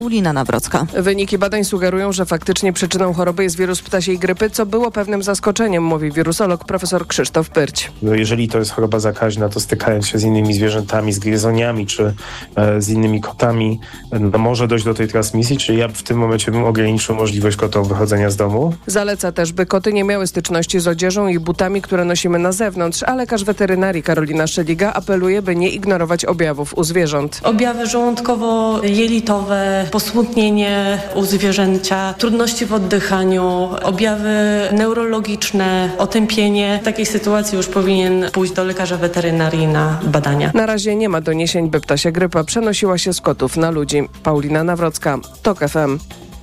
Paulina Nawrocka. Wyniki badań sugerują, że faktycznie przyczyną choroby jest wirus ptasiej grypy, co było pewnym zaskoczeniem, mówi wirusolog profesor Krzysztof Pyrć. Jeżeli to jest choroba zakaźna, to stykając się z innymi zwierzętami, z gryzoniami czy z innymi kotami, może dojść do tej transmisji, czyli ja w tym momencie bym ograniczył możliwość kotom wychodzenia z domu. Zaleca też, by koty nie miały styczności z odzieżą i butami, które nosimy na zewnątrz, a lekarz weterynarii Karolina Szeliga apeluje, by nie ignorować objawów u zwierząt. Objawy żołądkowo-jelitowe, posmutnienie u zwierzęcia, trudności w oddychaniu, objawy neurologiczne, otępienie. W takiej sytuacji już powinien pójść do lekarza weterynarii na badania. Na razie nie ma doniesień, by ptasia grypa przenosiła się z kotów na ludzi. Paulina Nawrocka, TOK FM.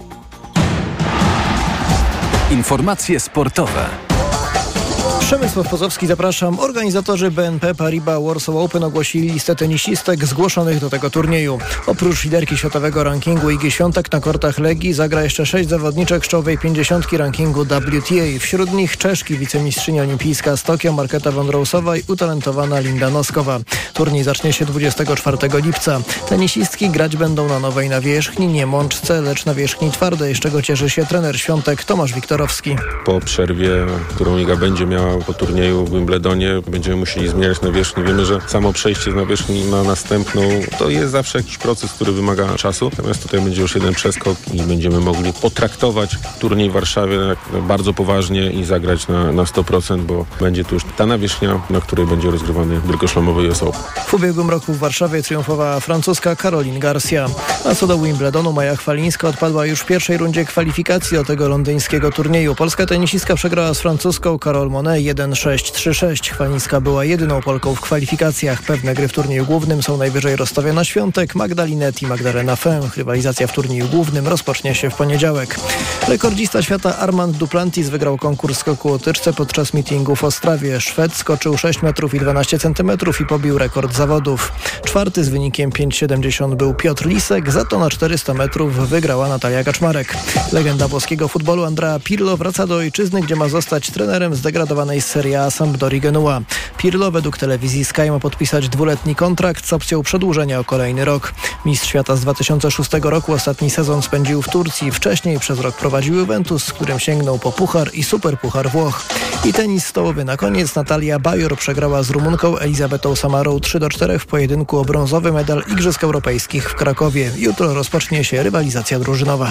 Informacje sportowe. Przemysław Pozowski, zapraszam. Organizatorzy BNP Paribas Warsaw Open ogłosili listę tenisistek zgłoszonych do tego turnieju. Oprócz liderki światowego rankingu Igi Świątek na kortach Legii zagra jeszcze 6 zawodniczek z czołowej 50 rankingu WTA. Wśród nich Czeszki, wicemistrzyni olimpijska z Tokio Marketa Wondrousowa i utalentowana Linda Noskowa. Turniej zacznie się 24 lipca. Tenisistki grać będą na nowej nawierzchni, nie mączce, lecz nawierzchni twardej, z czego cieszy się trener Świątek Tomasz Wiktorowski. Po przerwie, którą Iga będzie miała po turnieju w Wimbledonie, będziemy musieli zmieniać nawierzchnię. Wiemy, że samo przejście z nawierzchni na następną to jest zawsze jakiś proces, który wymaga czasu. Natomiast tutaj będzie już jeden przeskok i będziemy mogli potraktować turniej w Warszawie bardzo poważnie i zagrać na 100%, bo będzie tu już ta nawierzchnia, na której będzie rozgrywany wielkoszlemowy US Open. W ubiegłym roku w Warszawie triumfowała francuska Caroline Garcia. A co do Wimbledonu, Maja Chwalińska odpadła już w pierwszej rundzie kwalifikacji do tego londyńskiego turnieju. Polska tenisistka przegrała z francuską Carole Monet 1-6, 3-6. Chwalińska była jedyną Polką w kwalifikacjach. Pewne gry w turnieju głównym są najwyżej Rozstawiona Świątek, Magdalinet i Magdalena Fę. Rywalizacja w turnieju głównym rozpocznie się w poniedziałek. Rekordzista świata Armand Duplantis wygrał konkurs skoku o tyczce podczas meetingu w Ostrawie. Szwed skoczył 6 metrów i 12 centymetrów i pobił rekord zawodów. Czwarty z wynikiem 5,70 był Piotr Lisek, za to na 400 metrów wygrała Natalia Kaczmarek. Legenda włoskiego futbolu Andrea Pirlo wraca do ojczyzny, gdzie ma zostać trenerem zdegradowanej z Serie A Sampdori Genua. Pirlo według telewizji Sky ma podpisać 2-letni kontrakt z opcją przedłużenia o kolejny rok. Mistrz świata z 2006 roku ostatni sezon spędził w Turcji. Wcześniej przez rok prowadził Juventus, z którym sięgnął po puchar i superpuchar Włoch. I tenis stołowy na koniec. Natalia Bajor przegrała z Rumunką Elizabetą Samarą 3-4 w pojedynku o brązowy medal Igrzysk Europejskich w Krakowie. Jutro rozpocznie się rywalizacja drużynowa.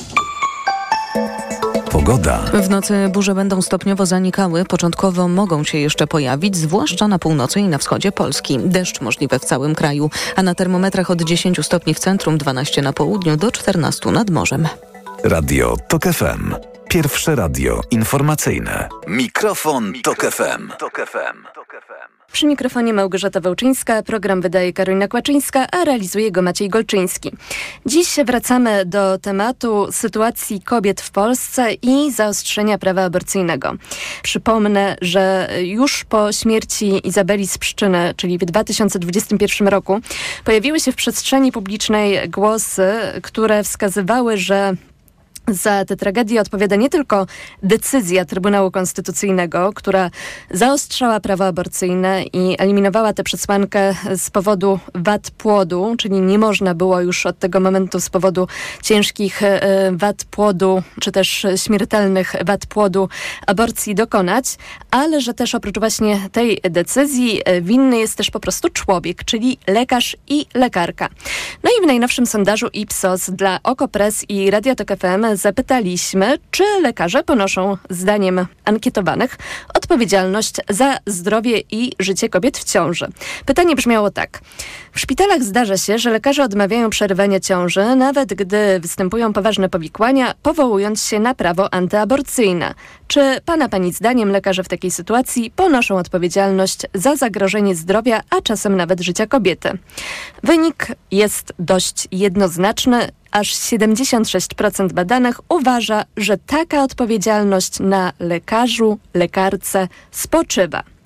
Pogoda. W nocy burze będą stopniowo zanikały. Początkowo mogą się jeszcze pojawić, zwłaszcza na północy i na wschodzie Polski. Deszcz możliwy w całym kraju, a na termometrach od 10 stopni w centrum, 12 na południu do 14 nad morzem. Radio TOK FM. Pierwsze radio informacyjne. Mikrofon TOK FM. Przy mikrofonie Małgorzata Wełczyńska, program wydaje Karolina Kłaczyńska, a realizuje go Maciej Golczyński. Dziś wracamy do tematu sytuacji kobiet w Polsce i zaostrzenia prawa aborcyjnego. Przypomnę, że już po śmierci Izabeli z Pszczyny, czyli w 2021 roku, pojawiły się w przestrzeni publicznej głosy, które wskazywały, że za tę tragedię odpowiada nie tylko decyzja Trybunału Konstytucyjnego, która zaostrzała prawo aborcyjne i eliminowała tę przesłankę z powodu wad płodu, czyli nie można było już od tego momentu z powodu ciężkich wad płodu, czy też śmiertelnych wad płodu aborcji dokonać, ale że też oprócz właśnie tej decyzji winny jest też po prostu człowiek, czyli lekarz i lekarka. No i w najnowszym sondażu Ipsos dla Okopres i Radia Tok FM zapytaliśmy, czy lekarze ponoszą, zdaniem ankietowanych, odpowiedzialność za zdrowie i życie kobiet w ciąży. Pytanie brzmiało tak. W szpitalach zdarza się, że lekarze odmawiają przerywania ciąży, nawet gdy występują poważne powikłania, powołując się na prawo antyaborcyjne. Czy pani zdaniem lekarze w takiej sytuacji ponoszą odpowiedzialność za zagrożenie zdrowia, a czasem nawet życia kobiety? Wynik jest dość jednoznaczny. Aż 76% badanych uważa, że taka odpowiedzialność na lekarzu, lekarce spoczywa.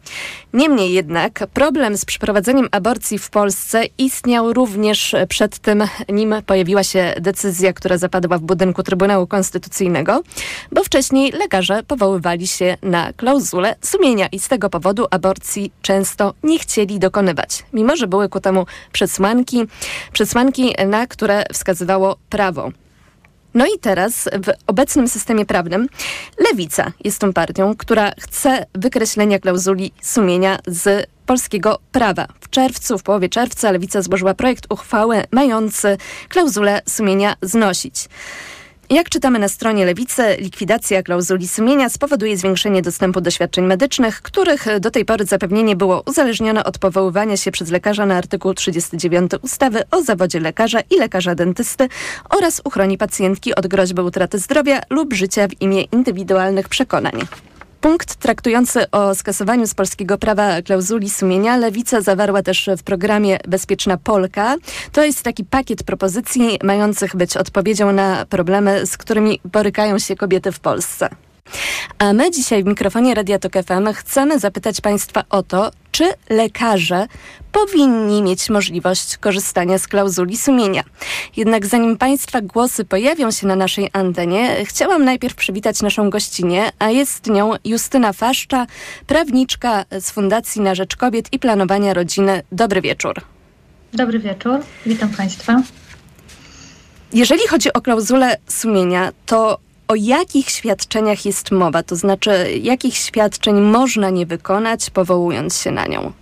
Niemniej jednak problem z przeprowadzeniem aborcji w Polsce istniał również przed tym, nim pojawiła się decyzja, która zapadła w budynku Trybunału Konstytucyjnego, bo wcześniej lekarze powoływali się na klauzulę sumienia i z tego powodu aborcji często nie chcieli dokonywać, mimo że były ku temu przesłanki, na które wskazywało prawo. No i teraz w obecnym systemie prawnym Lewica jest tą partią, która chce wykreślenia klauzuli sumienia z polskiego prawa. W połowie czerwca Lewica złożyła projekt uchwały mający klauzulę sumienia znosić. Jak czytamy na stronie Lewicy, likwidacja klauzuli sumienia spowoduje zwiększenie dostępu do świadczeń medycznych, których do tej pory zapewnienie było uzależnione od powoływania się przez lekarza na artykuł 39 ustawy o zawodzie lekarza i lekarza dentysty oraz uchroni pacjentki od groźby utraty zdrowia lub życia w imię indywidualnych przekonań. Punkt traktujący o skasowaniu z polskiego prawa klauzuli sumienia Lewica zawarła też w programie Bezpieczna Polka. To jest taki pakiet propozycji mających być odpowiedzią na problemy, z którymi borykają się kobiety w Polsce. A my dzisiaj w mikrofonie Radia Tok FM chcemy zapytać Państwa o to, czy lekarze powinni mieć możliwość korzystania z klauzuli sumienia. Jednak zanim Państwa głosy pojawią się na naszej antenie, chciałam najpierw przywitać naszą gościnę, a jest nią Justyna Faszcza, prawniczka z Fundacji na Rzecz Kobiet i Planowania Rodziny. Dobry wieczór. Dobry wieczór, witam Państwa. Jeżeli chodzi o klauzulę sumienia, to o jakich świadczeniach jest mowa? To znaczy, jakich świadczeń można nie wykonać, powołując się na nią?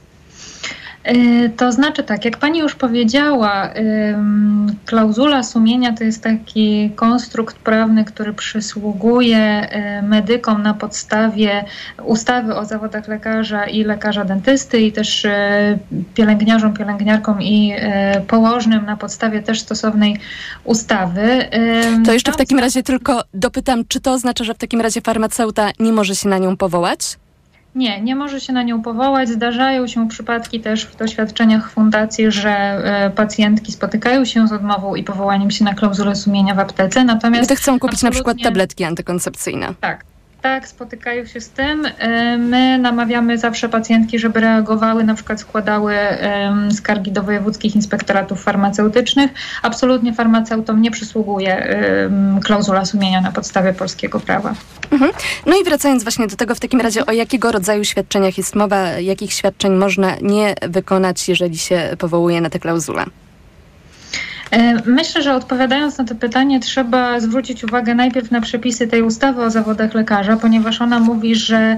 To znaczy tak, jak Pani już powiedziała, klauzula sumienia to jest taki konstrukt prawny, który przysługuje medykom na podstawie ustawy o zawodach lekarza i lekarza dentysty i też pielęgniarzom, pielęgniarkom i położnym na podstawie też stosownej ustawy. To jeszcze w takim razie tylko dopytam, czy to oznacza, że w takim razie farmaceuta nie może się na nią powołać? Nie może się na nią powołać. Zdarzają się przypadki też w doświadczeniach fundacji, że pacjentki spotykają się z odmową i powołaniem się na klauzulę sumienia w aptece. Natomiast gdy chcą kupić na przykład tabletki antykoncepcyjne. Tak, spotykają się z tym. My namawiamy zawsze pacjentki, żeby reagowały, na przykład składały skargi do wojewódzkich inspektoratów farmaceutycznych. Absolutnie farmaceutom nie przysługuje klauzula sumienia na podstawie polskiego prawa. No i wracając właśnie do tego, w takim razie o jakiego rodzaju świadczeniach jest mowa, jakich świadczeń można nie wykonać, jeżeli się powołuje na tę klauzulę? Myślę, że odpowiadając na to pytanie trzeba zwrócić uwagę najpierw na przepisy tej ustawy o zawodach lekarza, ponieważ ona mówi, że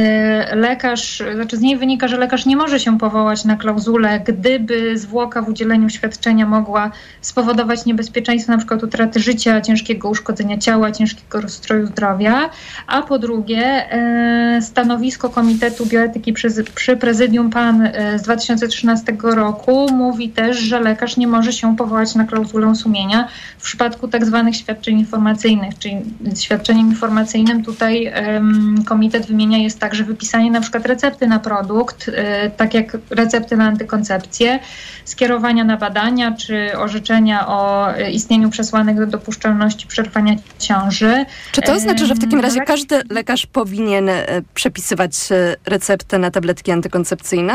z niej wynika, że lekarz nie może się powołać na klauzulę, gdyby zwłoka w udzieleniu świadczenia mogła spowodować niebezpieczeństwo np. utraty życia, ciężkiego uszkodzenia ciała, ciężkiego rozstroju zdrowia, a po drugie stanowisko Komitetu Bioetyki przy Prezydium PAN z 2013 roku mówi też, że lekarz nie może się powołać na klauzulę sumienia w przypadku tak zwanych świadczeń informacyjnych, czyli świadczeniem informacyjnym tutaj komitet wymienia jest także wypisanie na przykład recepty na produkt, tak jak recepty na antykoncepcję, skierowania na badania czy orzeczenia o istnieniu przesłanek do dopuszczalności przerwania ciąży. Czy to oznacza, że w takim razie każdy lekarz powinien przepisywać receptę na tabletki antykoncepcyjne?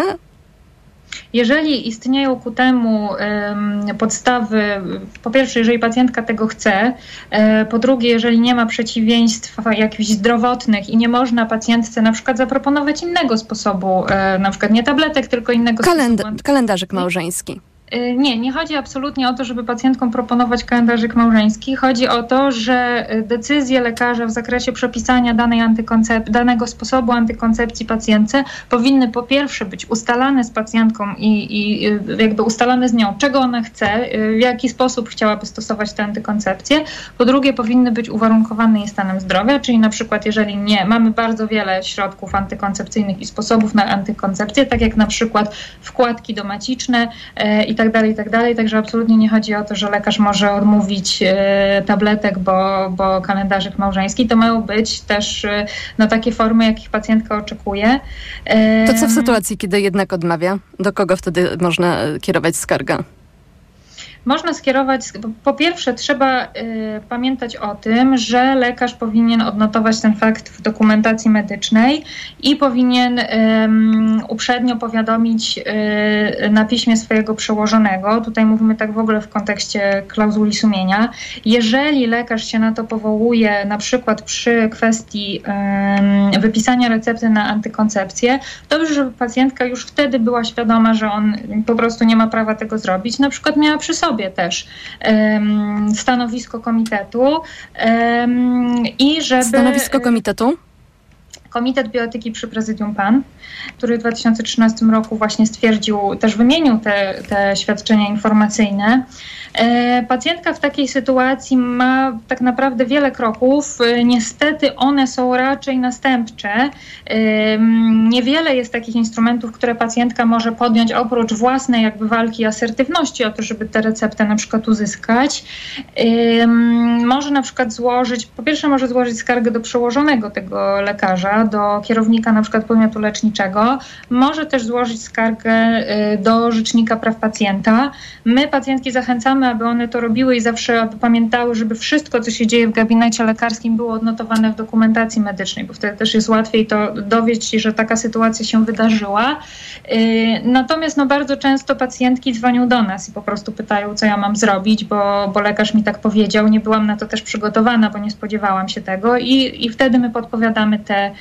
Jeżeli istnieją ku temu podstawy, po pierwsze, jeżeli pacjentka tego chce, po drugie, jeżeli nie ma przeciwieństw jakichś zdrowotnych i nie można pacjentce na przykład zaproponować innego sposobu, na przykład nie tabletek, tylko innego sposobu. Kalendarzyk małżeński. Nie chodzi absolutnie o to, żeby pacjentkom proponować kalendarzyk małżeński. Chodzi o to, że decyzje lekarza w zakresie przepisania danego sposobu antykoncepcji pacjentce powinny po pierwsze być ustalane z pacjentką i jakby ustalane z nią, czego ona chce, w jaki sposób chciałaby stosować tę antykoncepcję. Po drugie, powinny być uwarunkowane jej stanem zdrowia, czyli na przykład jeżeli mamy bardzo wiele środków antykoncepcyjnych i sposobów na antykoncepcję, tak jak na przykład wkładki domaciczne i tak dalej. Także absolutnie nie chodzi o to, że lekarz może odmówić tabletek, bo kalendarzyk małżeński. To mają być też takie formy, jakich pacjentka oczekuje. To co w sytuacji, kiedy jednak odmawia? Do kogo wtedy można kierować skargę? można skierować, po pierwsze trzeba pamiętać o tym, że lekarz powinien odnotować ten fakt w dokumentacji medycznej i powinien uprzednio powiadomić na piśmie swojego przełożonego. Tutaj mówimy tak w ogóle w kontekście klauzuli sumienia. Jeżeli lekarz się na to powołuje, na przykład przy kwestii wypisania recepty na antykoncepcję, dobrze, żeby pacjentka już wtedy była świadoma, że on po prostu nie ma prawa tego zrobić. Na przykład miała przy sobie też stanowisko komitetu i żeby... Stanowisko komitetu? Komitet Bioetyki przy Prezydium PAN, który w 2013 roku właśnie stwierdził, też wymienił te świadczenia informacyjne. Pacjentka w takiej sytuacji ma tak naprawdę wiele kroków. Niestety one są raczej następcze. Niewiele jest takich instrumentów, które pacjentka może podjąć oprócz własnej jakby walki i asertywności o to, żeby tę receptę na przykład uzyskać. Może na przykład po pierwsze może złożyć skargę do przełożonego tego lekarza, do kierownika na przykład podmiotu leczniczego. Może też złożyć skargę do Rzecznika Praw Pacjenta. My pacjentki zachęcamy, aby one to robiły i zawsze aby pamiętały, żeby wszystko, co się dzieje w gabinecie lekarskim, było odnotowane w dokumentacji medycznej, bo wtedy też jest łatwiej to dowieść, że taka sytuacja się wydarzyła. Natomiast bardzo często pacjentki dzwonią do nas i po prostu pytają, co ja mam zrobić, bo lekarz mi tak powiedział. Nie byłam na to też przygotowana, bo nie spodziewałam się tego i wtedy my podpowiadamy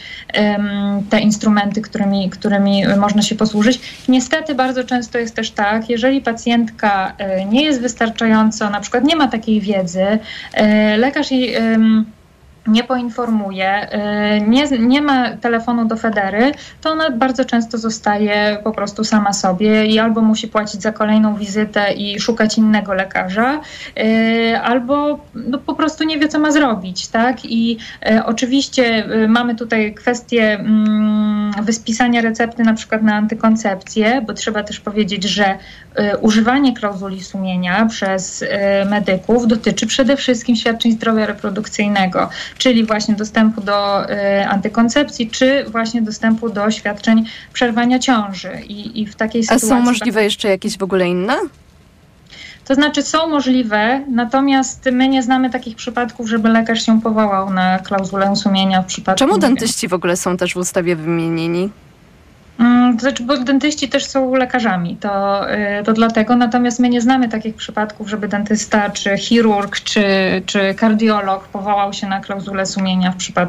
te instrumenty, którymi można się posłużyć. Niestety bardzo często jest też tak, jeżeli pacjentka nie jest wystarczająco, na przykład nie ma takiej wiedzy, lekarz jej nie poinformuje, nie ma telefonu do Federy, to ona bardzo często zostaje po prostu sama sobie i albo musi płacić za kolejną wizytę i szukać innego lekarza, albo po prostu nie wie, co ma zrobić, tak? I oczywiście mamy tutaj kwestię wyspisania recepty na przykład na antykoncepcję, bo trzeba też powiedzieć, że używanie klauzuli sumienia przez medyków dotyczy przede wszystkim świadczeń zdrowia reprodukcyjnego, czyli właśnie dostępu do antykoncepcji, czy właśnie dostępu do świadczeń przerwania ciąży. I w takiej sytuacji... A są możliwe jeszcze jakieś w ogóle inne? To znaczy są możliwe, natomiast my nie znamy takich przypadków, żeby lekarz się powołał na klauzulę sumienia w przypadku... Czemu dentyści w ogóle są też w ustawie wymienieni? To znaczy, bo dentyści też są lekarzami, to dlatego, natomiast my nie znamy takich przypadków, żeby dentysta, czy chirurg, czy kardiolog powołał się na klauzulę sumienia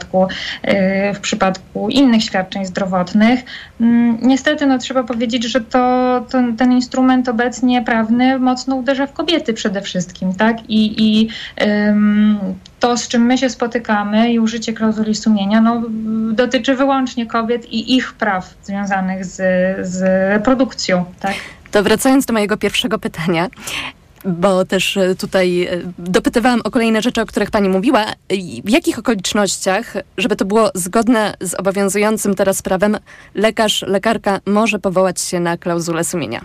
w przypadku innych świadczeń zdrowotnych. Niestety trzeba powiedzieć, że ten instrument obecnie prawny mocno uderza w kobiety przede wszystkim, tak? I to, z czym my się spotykamy i użycie klauzuli sumienia, dotyczy wyłącznie kobiet i ich praw związanych z reprodukcją, tak? To wracając do mojego pierwszego pytania, bo też tutaj dopytywałam o kolejne rzeczy, o których pani mówiła. W jakich okolicznościach, żeby to było zgodne z obowiązującym teraz prawem, lekarka może powołać się na klauzulę sumienia?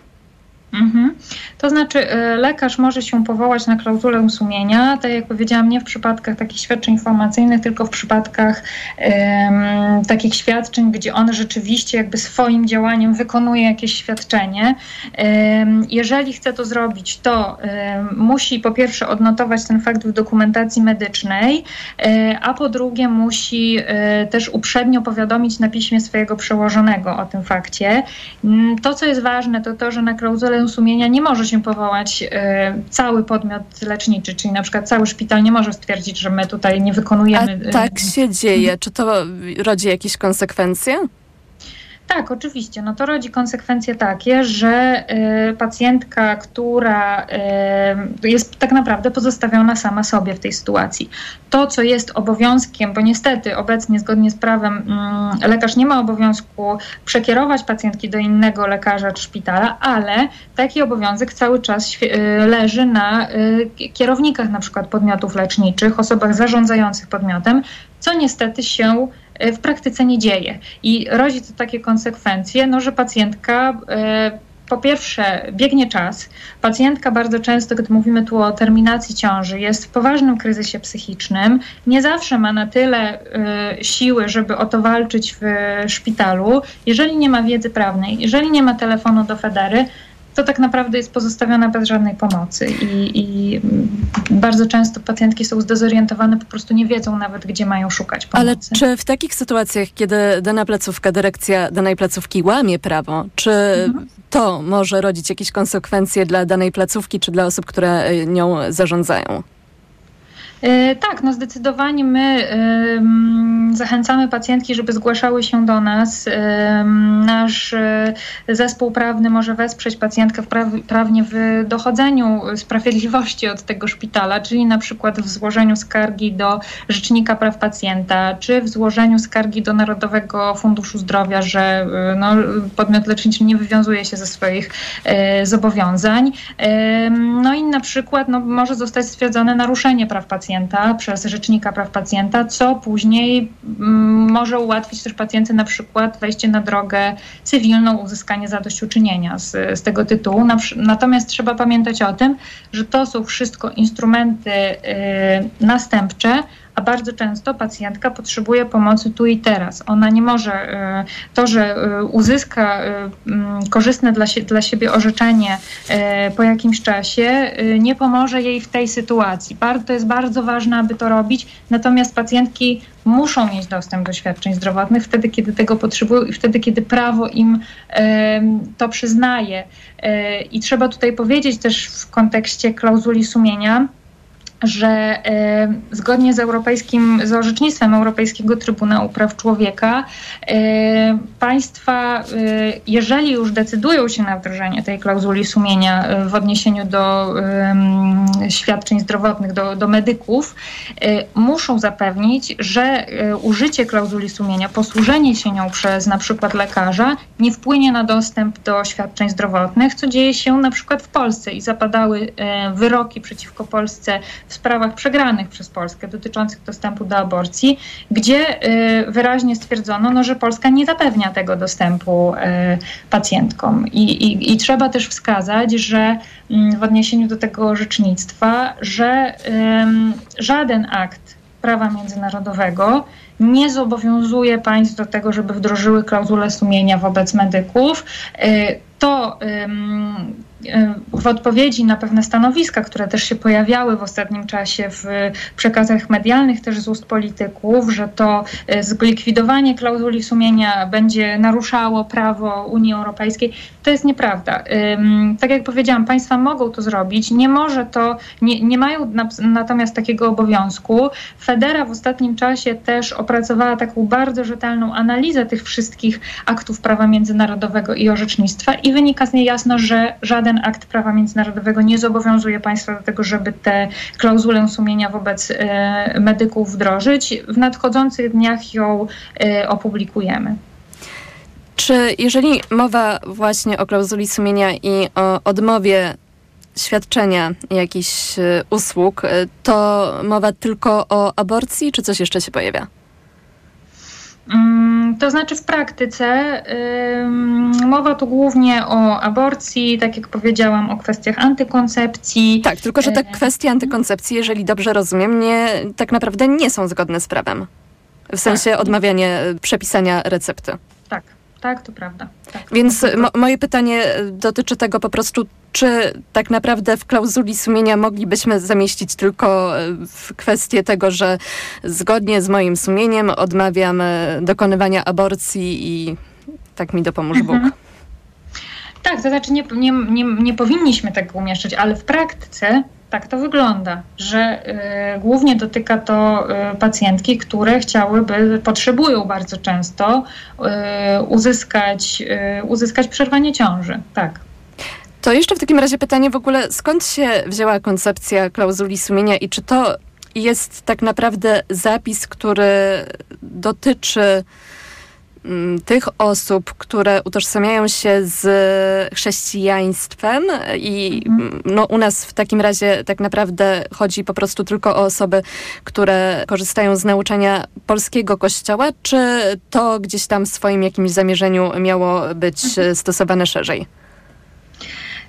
To znaczy lekarz może się powołać na klauzulę sumienia, tak jak powiedziałam, nie w przypadkach takich świadczeń informacyjnych, tylko w przypadkach takich świadczeń, gdzie on rzeczywiście jakby swoim działaniem wykonuje jakieś świadczenie. Jeżeli chce to zrobić, to musi po pierwsze odnotować ten fakt w dokumentacji medycznej, a po drugie musi też uprzednio powiadomić na piśmie swojego przełożonego o tym fakcie. To, co jest ważne, to to, że na klauzulę sumienia nie może się powołać cały podmiot leczniczy, czyli na przykład cały szpital nie może stwierdzić, że my tutaj nie wykonujemy... A tak się dzieje. Czy to rodzi jakieś konsekwencje? Tak, oczywiście. To rodzi konsekwencje takie, że pacjentka, która jest tak naprawdę pozostawiona sama sobie w tej sytuacji. To, co jest obowiązkiem, bo niestety obecnie zgodnie z prawem lekarz nie ma obowiązku przekierować pacjentki do innego lekarza czy szpitala, ale taki obowiązek cały czas leży na kierownikach na przykład podmiotów leczniczych, osobach zarządzających podmiotem, co niestety się w praktyce nie dzieje. I rodzi to takie konsekwencje, że pacjentka po pierwsze biegnie czas. Pacjentka bardzo często, gdy mówimy tu o terminacji ciąży, jest w poważnym kryzysie psychicznym. Nie zawsze ma na tyle siły, żeby o to walczyć w szpitalu. Jeżeli nie ma wiedzy prawnej, jeżeli nie ma telefonu do Federy, to tak naprawdę jest pozostawione bez żadnej pomocy i bardzo często pacjentki są zdezorientowane, po prostu nie wiedzą nawet, gdzie mają szukać pomocy. Ale czy w takich sytuacjach, kiedy dana placówka, dyrekcja danej placówki łamie prawo, czy to może rodzić jakieś konsekwencje dla danej placówki, czy dla osób, które nią zarządzają? Tak, zdecydowanie my zachęcamy pacjentki, żeby zgłaszały się do nas. Nasz zespół prawny może wesprzeć pacjentkę prawnie w dochodzeniu sprawiedliwości od tego szpitala, czyli na przykład w złożeniu skargi do Rzecznika Praw Pacjenta, czy w złożeniu skargi do Narodowego Funduszu Zdrowia, że podmiot leczniczy nie wywiązuje się ze swoich zobowiązań. I na przykład może zostać stwierdzone naruszenie praw pacjenta przez Rzecznika Praw Pacjenta, co później może ułatwić też pacjentce na przykład wejście na drogę cywilną, uzyskanie zadośćuczynienia z tego tytułu. Natomiast trzeba pamiętać o tym, że to są wszystko instrumenty następcze, a bardzo często pacjentka potrzebuje pomocy tu i teraz. Ona nie może, to, że uzyska korzystne dla siebie orzeczenie po jakimś czasie, nie pomoże jej w tej sytuacji. To jest bardzo ważne, aby to robić, natomiast pacjentki muszą mieć dostęp do świadczeń zdrowotnych wtedy, kiedy tego potrzebują i wtedy, kiedy prawo im to przyznaje. I trzeba tutaj powiedzieć też w kontekście klauzuli sumienia, że zgodnie z orzecznictwem Europejskiego Trybunału Praw Człowieka państwa, jeżeli już decydują się na wdrożenie tej klauzuli sumienia w odniesieniu do świadczeń zdrowotnych, do medyków, muszą zapewnić, że użycie klauzuli sumienia, posłużenie się nią przez na przykład lekarza nie wpłynie na dostęp do świadczeń zdrowotnych, co dzieje się na przykład w Polsce i zapadały wyroki przeciwko Polsce w sprawach przegranych przez Polskę dotyczących dostępu do aborcji, gdzie wyraźnie stwierdzono, że Polska nie zapewnia tego dostępu pacjentkom. I trzeba też wskazać, że w odniesieniu do tego orzecznictwa, że żaden akt prawa międzynarodowego nie zobowiązuje państw do tego, żeby wdrożyły klauzulę sumienia wobec medyków. To w odpowiedzi na pewne stanowiska, które też się pojawiały w ostatnim czasie w przekazach medialnych, też z ust polityków, że to zlikwidowanie klauzuli sumienia będzie naruszało prawo Unii Europejskiej, to jest nieprawda. Tak jak powiedziałam, państwa mogą to zrobić, nie mają natomiast takiego obowiązku. Federa w ostatnim czasie też opracowała taką bardzo rzetelną analizę tych wszystkich aktów prawa międzynarodowego i orzecznictwa i wynika z niej jasno, że żaden akt prawa międzynarodowego nie zobowiązuje państwa do tego, żeby tę klauzulę sumienia wobec medyków wdrożyć. W nadchodzących dniach ją opublikujemy. Czy jeżeli mowa właśnie o klauzuli sumienia i o odmowie świadczenia jakichś usług, to mowa tylko o aborcji, czy coś jeszcze się pojawia? To znaczy w praktyce mowa tu głównie o aborcji, tak jak powiedziałam, o kwestiach antykoncepcji. Tak, tylko że te kwestie antykoncepcji, jeżeli dobrze rozumiem, tak naprawdę nie są zgodne z prawem. W sensie odmawiania przepisania recepty. Tak, to prawda. Tak. Więc moje pytanie dotyczy tego po prostu, czy tak naprawdę w klauzuli sumienia moglibyśmy zamieścić tylko w kwestię tego, że zgodnie z moim sumieniem odmawiam dokonywania aborcji i tak mi dopomóż Bóg. Tak, to znaczy nie powinniśmy tego umieszczać, ale w praktyce tak to wygląda, że głównie dotyka to pacjentki, które potrzebują bardzo często uzyskać przerwanie ciąży. Tak. To jeszcze w takim razie pytanie w ogóle, skąd się wzięła koncepcja klauzuli sumienia i czy to jest tak naprawdę zapis, który dotyczy tych osób, które utożsamiają się z chrześcijaństwem i u nas w takim razie tak naprawdę chodzi po prostu tylko o osoby, które korzystają z nauczania polskiego kościoła, czy to gdzieś tam w swoim jakimś zamierzeniu miało być stosowane szerzej?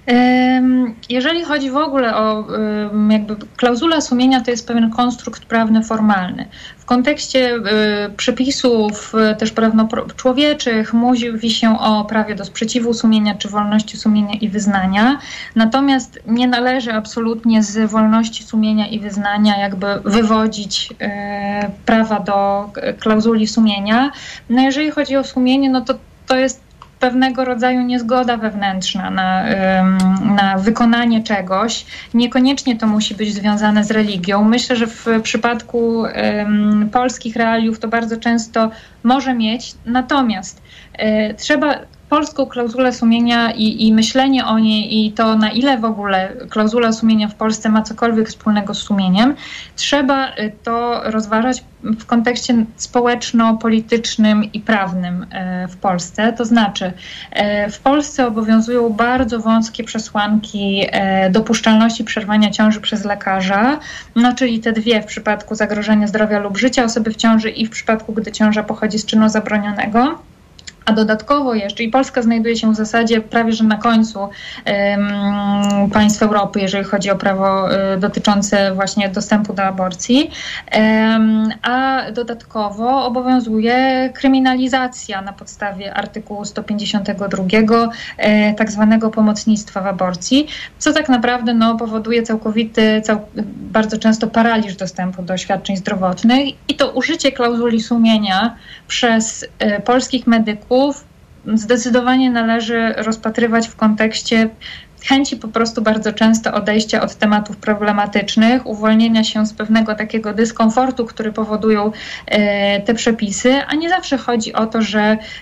Jeżeli chodzi w ogóle o jakby klauzula sumienia, to jest pewien konstrukt prawny formalny. W kontekście przepisów też prawnoczłowieczych mówi się o prawie do sprzeciwu sumienia czy wolności sumienia i wyznania. Natomiast nie należy absolutnie z wolności sumienia i wyznania jakby wywodzić prawa do klauzuli sumienia. No jeżeli chodzi o sumienie, no to jest pewnego rodzaju niezgoda wewnętrzna na wykonanie czegoś. Niekoniecznie to musi być związane z religią. Myślę, że w przypadku polskich realiów to bardzo często może mieć. Natomiast trzeba polską klauzulę sumienia i myślenie o niej i to, na ile w ogóle klauzula sumienia w Polsce ma cokolwiek wspólnego z sumieniem, trzeba to rozważać w kontekście społeczno-politycznym i prawnym w Polsce. To znaczy, w Polsce obowiązują bardzo wąskie przesłanki dopuszczalności przerwania ciąży przez lekarza, no czyli te dwie w przypadku zagrożenia zdrowia lub życia osoby w ciąży i w przypadku, gdy ciąża pochodzi z czynu zabronionego. A dodatkowo jeszcze, i Polska znajduje się w zasadzie prawie że na końcu państw Europy, jeżeli chodzi o prawo dotyczące właśnie dostępu do aborcji, a dodatkowo obowiązuje kryminalizacja na podstawie artykułu 152 tak zwanego pomocnictwa w aborcji, co tak naprawdę powoduje bardzo często paraliż dostępu do świadczeń zdrowotnych i to użycie klauzuli sumienia przez polskich medyków zdecydowanie należy rozpatrywać w kontekście chęci po prostu bardzo często odejścia od tematów problematycznych, uwolnienia się z pewnego takiego dyskomfortu, który powodują te przepisy, a nie zawsze chodzi o to,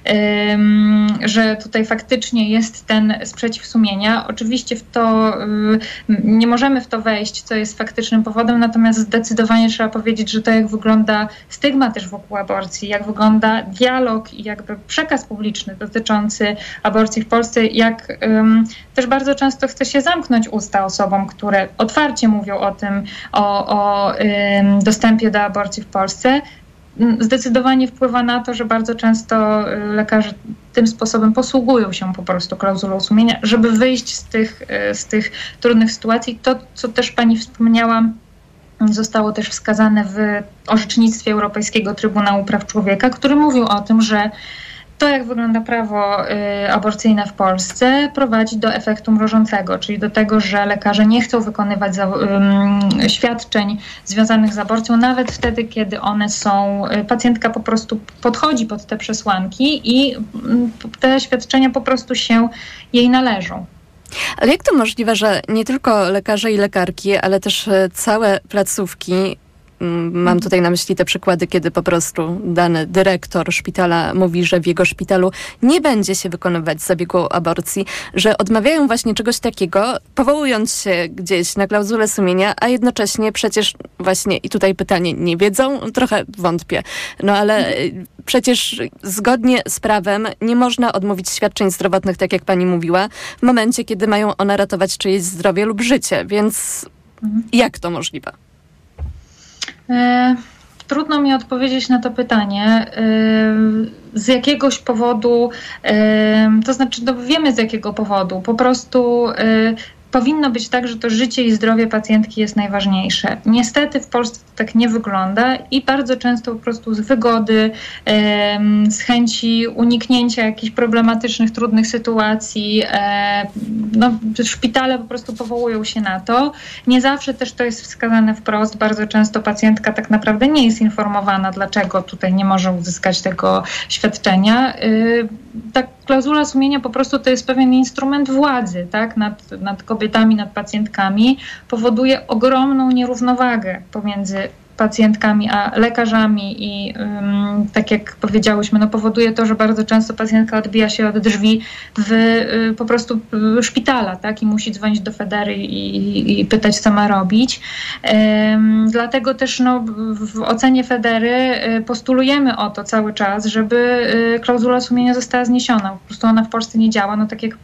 że tutaj faktycznie jest ten sprzeciw sumienia. Oczywiście nie możemy w to wejść, co jest faktycznym powodem, natomiast zdecydowanie trzeba powiedzieć, że to jak wygląda stygma też wokół aborcji, jak wygląda dialog i jakby przekaz publiczny dotyczący aborcji w Polsce, jak też bardzo często chce się zamknąć usta osobom, które otwarcie mówią o tym, o dostępie do aborcji w Polsce, zdecydowanie wpływa na to, że bardzo często lekarze tym sposobem posługują się po prostu klauzulą sumienia, żeby wyjść z tych trudnych sytuacji. To, co też pani wspomniała, zostało też wskazane w orzecznictwie Europejskiego Trybunału Praw Człowieka, który mówił o tym, że to, jak wygląda prawo aborcyjne w Polsce, prowadzi do efektu mrożącego, czyli do tego, że lekarze nie chcą wykonywać świadczeń związanych z aborcją, nawet wtedy, kiedy one są, pacjentka po prostu podchodzi pod te przesłanki i te świadczenia po prostu się jej należą. Ale jak to możliwe, że nie tylko lekarze i lekarki, ale też całe placówki, mam tutaj na myśli te przykłady, kiedy po prostu dany dyrektor szpitala mówi, że w jego szpitalu nie będzie się wykonywać zabiegu aborcji, że odmawiają właśnie czegoś takiego, powołując się gdzieś na klauzulę sumienia, a jednocześnie przecież właśnie, i tutaj pytanie, nie wiedzą? Trochę wątpię. No ale przecież zgodnie z prawem nie można odmówić świadczeń zdrowotnych, tak jak pani mówiła, w momencie, kiedy mają one ratować czyjeś zdrowie lub życie. Więc jak to możliwe? Trudno mi odpowiedzieć na to pytanie. Z jakiegoś powodu, to znaczy wiemy z jakiego powodu, po prostu powinno być tak, że to życie i zdrowie pacjentki jest najważniejsze. Niestety w Polsce to tak nie wygląda i bardzo często po prostu z wygody, z chęci uniknięcia jakichś problematycznych, trudnych sytuacji, szpitale po prostu powołują się na to. Nie zawsze też to jest wskazane wprost. Bardzo często pacjentka tak naprawdę nie jest informowana, dlaczego tutaj nie może uzyskać tego świadczenia. Ta klauzula sumienia po prostu to jest pewien instrument władzy, tak, nad kobietami, nad pacjentkami, powoduje ogromną nierównowagę pomiędzy pacjentkami a lekarzami i tak jak powiedziałyśmy, powoduje to, że bardzo często pacjentka odbija się od drzwi po prostu szpitala, tak, i musi dzwonić do Federy i pytać, co ma robić. Dlatego też w ocenie Federy postulujemy o to cały czas, żeby klauzula sumienia została zniesiona. Po prostu ona w Polsce nie działa. Tak jak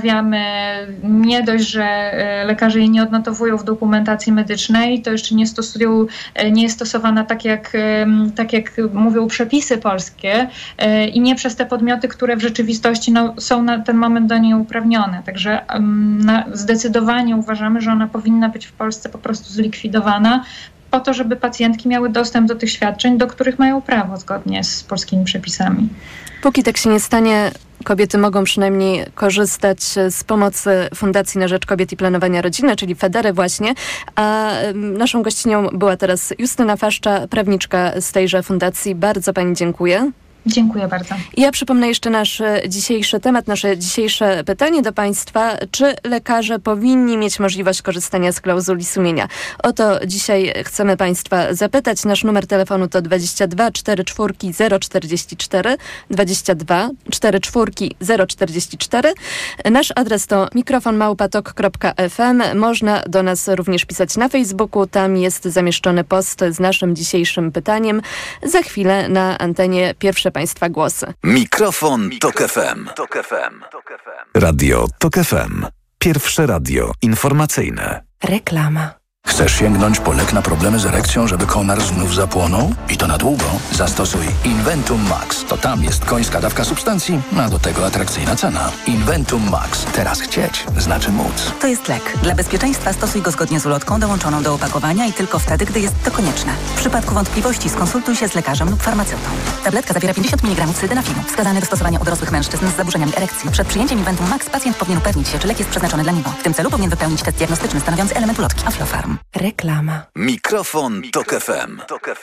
rozmawiamy, nie dość, że lekarze jej nie odnotowują w dokumentacji medycznej, to jeszcze nie stosują prostu nie jest stosowana tak jak mówią przepisy polskie i nie przez te podmioty, które w rzeczywistości są na ten moment do niej uprawnione. Także zdecydowanie uważamy, że ona powinna być w Polsce po prostu zlikwidowana po to, żeby pacjentki miały dostęp do tych świadczeń, do których mają prawo zgodnie z polskimi przepisami. Póki tak się nie stanie, kobiety mogą przynajmniej korzystać z pomocy Fundacji na Rzecz Kobiet i Planowania Rodziny, czyli FEDERY właśnie. A naszą gościnią była teraz Justyna Faszcza, prawniczka z tejże fundacji. Bardzo pani dziękuję. Dziękuję bardzo. Ja przypomnę jeszcze nasz dzisiejszy temat, nasze dzisiejsze pytanie do Państwa. Czy lekarze powinni mieć możliwość korzystania z klauzuli sumienia? O to dzisiaj chcemy Państwa zapytać. Nasz numer telefonu to 22 44 044, 22 44 044. Nasz adres to mikrofonmałpa.tok.fm. Można do nas również pisać na Facebooku. Tam jest zamieszczony post z naszym dzisiejszym pytaniem. Za chwilę na antenie pierwsze Państwa głosy. Mikrofon Tok FM. Radio Tok FM. Pierwsze radio informacyjne. Reklama. Chcesz sięgnąć po lek na problemy z erekcją, żeby konar znów zapłonął? I to na długo? Zastosuj Inventum Max. To tam jest końska dawka substancji, a do tego atrakcyjna cena. Inventum Max. Teraz chcieć znaczy móc. To jest lek. Dla bezpieczeństwa stosuj go zgodnie z ulotką dołączoną do opakowania i tylko wtedy, gdy jest to konieczne. W przypadku wątpliwości skonsultuj się z lekarzem lub farmaceutą. Tabletka zawiera 50 mg sildenafinu, wskazany do stosowania u dorosłych mężczyzn z zaburzeniami erekcji. Przed przyjęciem Inventum Max pacjent powinien upewnić się, czy lek jest przeznaczony dla niego. W tym celu powinien wypełnić test diagnostyczny stanowiący element ulotki Aflofarm. Reklama. Mikrofon Tok FM.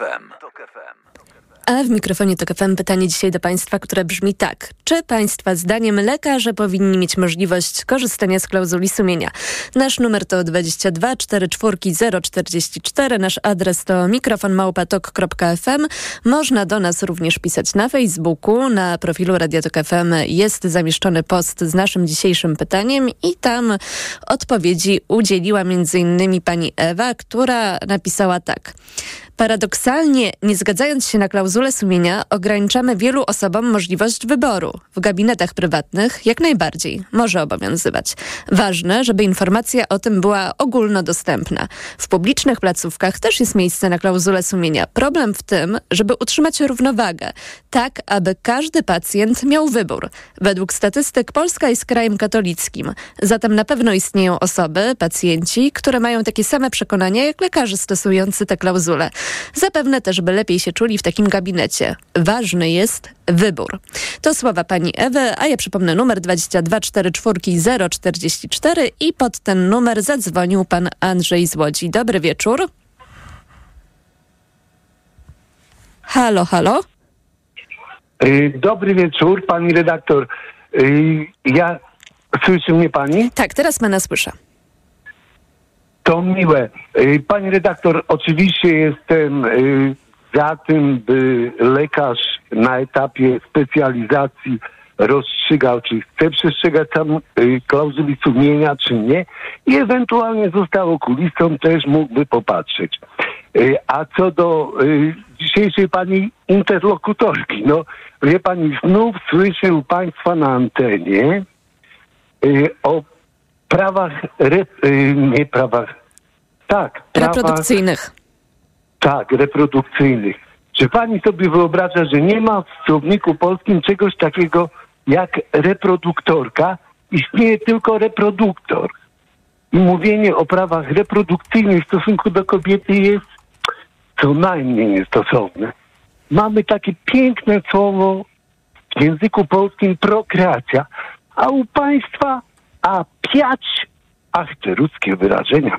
A w mikrofonie Tok FM pytanie dzisiaj do Państwa, które brzmi tak. Czy Państwa zdaniem lekarze powinni mieć możliwość korzystania z klauzuli sumienia? Nasz numer to 22 44 044. Nasz adres to mikrofonmałpa.tok.fm. Można do nas również pisać na Facebooku. Na profilu Radia Tok FM jest zamieszczony post z naszym dzisiejszym pytaniem i tam odpowiedzi udzieliła m.in. pani Ewa, która napisała tak. Paradoksalnie, nie zgadzając się na klauzulę sumienia, ograniczamy wielu osobom możliwość wyboru. W gabinetach prywatnych jak najbardziej może obowiązywać. Ważne, żeby informacja o tym była ogólnodostępna. W publicznych placówkach też jest miejsce na klauzulę sumienia. Problem w tym, żeby utrzymać równowagę, tak aby każdy pacjent miał wybór. Według statystyk Polska jest krajem katolickim. Zatem na pewno istnieją osoby, pacjenci, które mają takie same przekonania jak lekarze stosujący tę klauzulę. Zapewne też, by lepiej się czuli w takim gabinecie. Ważny jest wybór. To słowa pani Ewy, a ja przypomnę numer 22 44 044 i pod ten numer zadzwonił pan Andrzej z Łodzi. Dobry wieczór. Halo, halo. Dobry wieczór, pani redaktor. Słyszy mnie pani? Tak, teraz pana słyszę. To miłe. Pani redaktor, oczywiście jestem za tym, by lekarz na etapie specjalizacji rozstrzygał, czy chce przestrzegać tam klauzuli sumienia, czy nie, i ewentualnie został okulistą, też mógłby popatrzeć. A co do dzisiejszej pani interlokutorki, no wie pani, znów słyszę u państwa na antenie o prawach, reprodukcyjnych. Tak, reprodukcyjnych. Czy pani sobie wyobraża, że nie ma w słowniku polskim czegoś takiego jak reproduktorka? Istnieje tylko reproduktor. I mówienie o prawach reprodukcyjnych w stosunku do kobiety jest co najmniej niestosowne. Mamy takie piękne słowo w języku polskim prokreacja, a u państwa te ludzkie wyrażenia.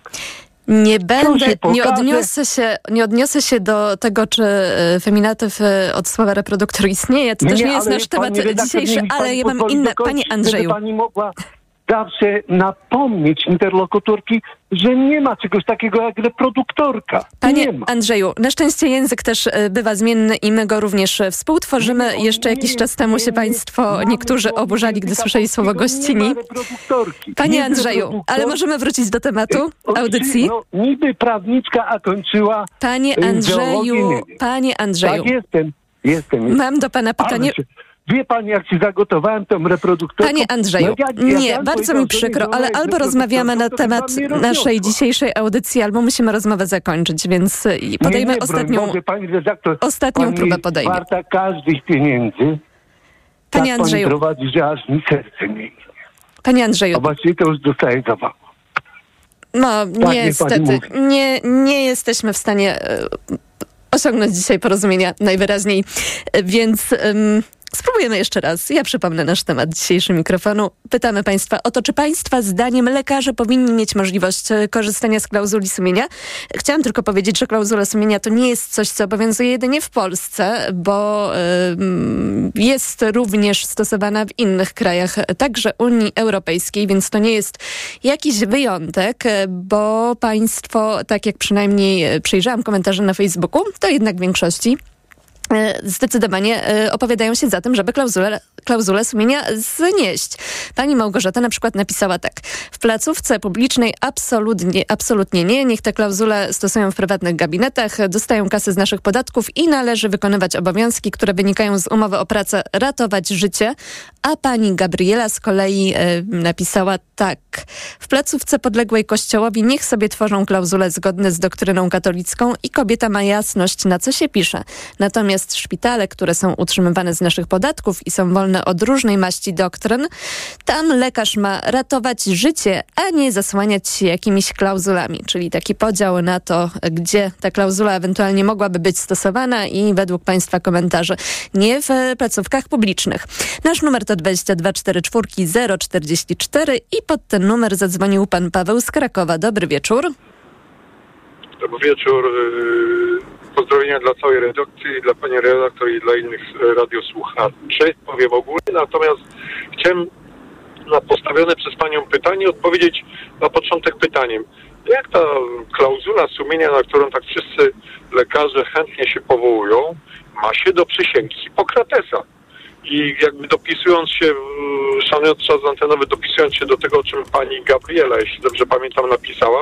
Nie odniosę się do tego, czy feminatyw od słowa reproduktor istnieje. To też nie jest nasz temat dzisiejszy, ale ja mam inne. Panie Andrzeju. Pani mogła zawsze napomnieć interlokutorki, że nie ma czegoś takiego jak reproduktorka. Panie Andrzeju, na szczęście język też bywa zmienny i my go również współtworzymy. Jeszcze jakiś czas temu się państwo niektórzy oburzali, gdy słyszeli słowo gościni. Panie Andrzeju, ale możemy wrócić do tematu audycji? No, niby prawniczka, a kończyła Panie Andrzeju. Tak, jestem. Mam do pana pytanie. Wie pani, jak się zagotowałem tą reproduktorką? Panie Andrzeju, bardzo mi przykro, ale albo rozmawiamy na temat naszej dzisiejszej audycji, albo musimy rozmowę zakończyć, więc podejmę ostatnią próbę podejmę. Warta każdych pieniędzy. Panie tak Andrzeju. pani prowadzi, że aż mi serce nie. Panie Andrzeju. A właściwie to już dostaję zawał. No, tak, niestety. Nie jesteśmy w stanie osiągnąć dzisiaj porozumienia najwyraźniej, więc spróbujemy jeszcze raz. Ja przypomnę nasz temat dzisiejszy mikrofonu. Pytamy Państwa o to, czy Państwa zdaniem lekarze powinni mieć możliwość korzystania z klauzuli sumienia. Chciałam tylko powiedzieć, że klauzula sumienia to nie jest coś, co obowiązuje jedynie w Polsce, bo jest również stosowana w innych krajach, także Unii Europejskiej, więc to nie jest jakiś wyjątek, bo państwo, tak jak przynajmniej przejrzałam komentarze na Facebooku, to jednak w większości zdecydowanie opowiadają się za tym, żeby klauzulę sumienia znieść. Pani Małgorzata na przykład napisała tak. W placówce publicznej absolutnie nie. Niech te klauzule stosują w prywatnych gabinetach, dostają kasy z naszych podatków i należy wykonywać obowiązki, które wynikają z umowy o pracę, ratować życie. A pani Gabriela z kolei napisała tak. W placówce podległej Kościołowi niech sobie tworzą klauzule zgodne z doktryną katolicką i kobieta ma jasność, na co się pisze. Natomiast szpitale, które są utrzymywane z naszych podatków i są wolne od różnej maści doktryn, tam lekarz ma ratować życie, a nie zasłaniać się jakimiś klauzulami. Czyli taki podział na to, gdzie ta klauzula ewentualnie mogłaby być stosowana i według Państwa komentarzy nie w placówkach publicznych. Nasz numer to 2244 044 i pod ten numer zadzwonił pan Paweł z Krakowa. Dobry wieczór. Dobry wieczór. Pozdrowienia dla całej redakcji, dla pani redaktor i dla innych radiosłuchaczy. Powiem ogólnie, natomiast chciałem na postawione przez panią pytanie odpowiedzieć na początek pytaniem. Jak ta klauzula sumienia, na którą tak wszyscy lekarze chętnie się powołują, ma się do przysięgi Hipokratesa? I jakby dopisując się, szanując czas antenowy, dopisując się do tego, o czym pani Gabriela, jeśli dobrze pamiętam, napisała,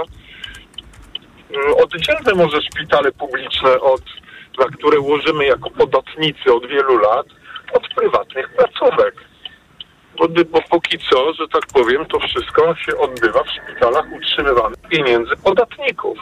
oddzielmy może szpitale publiczne, na które łożymy jako podatnicy od wielu lat, od prywatnych placówek. Bo póki co, że tak powiem, to wszystko się odbywa w szpitalach utrzymywanych pieniędzy podatników.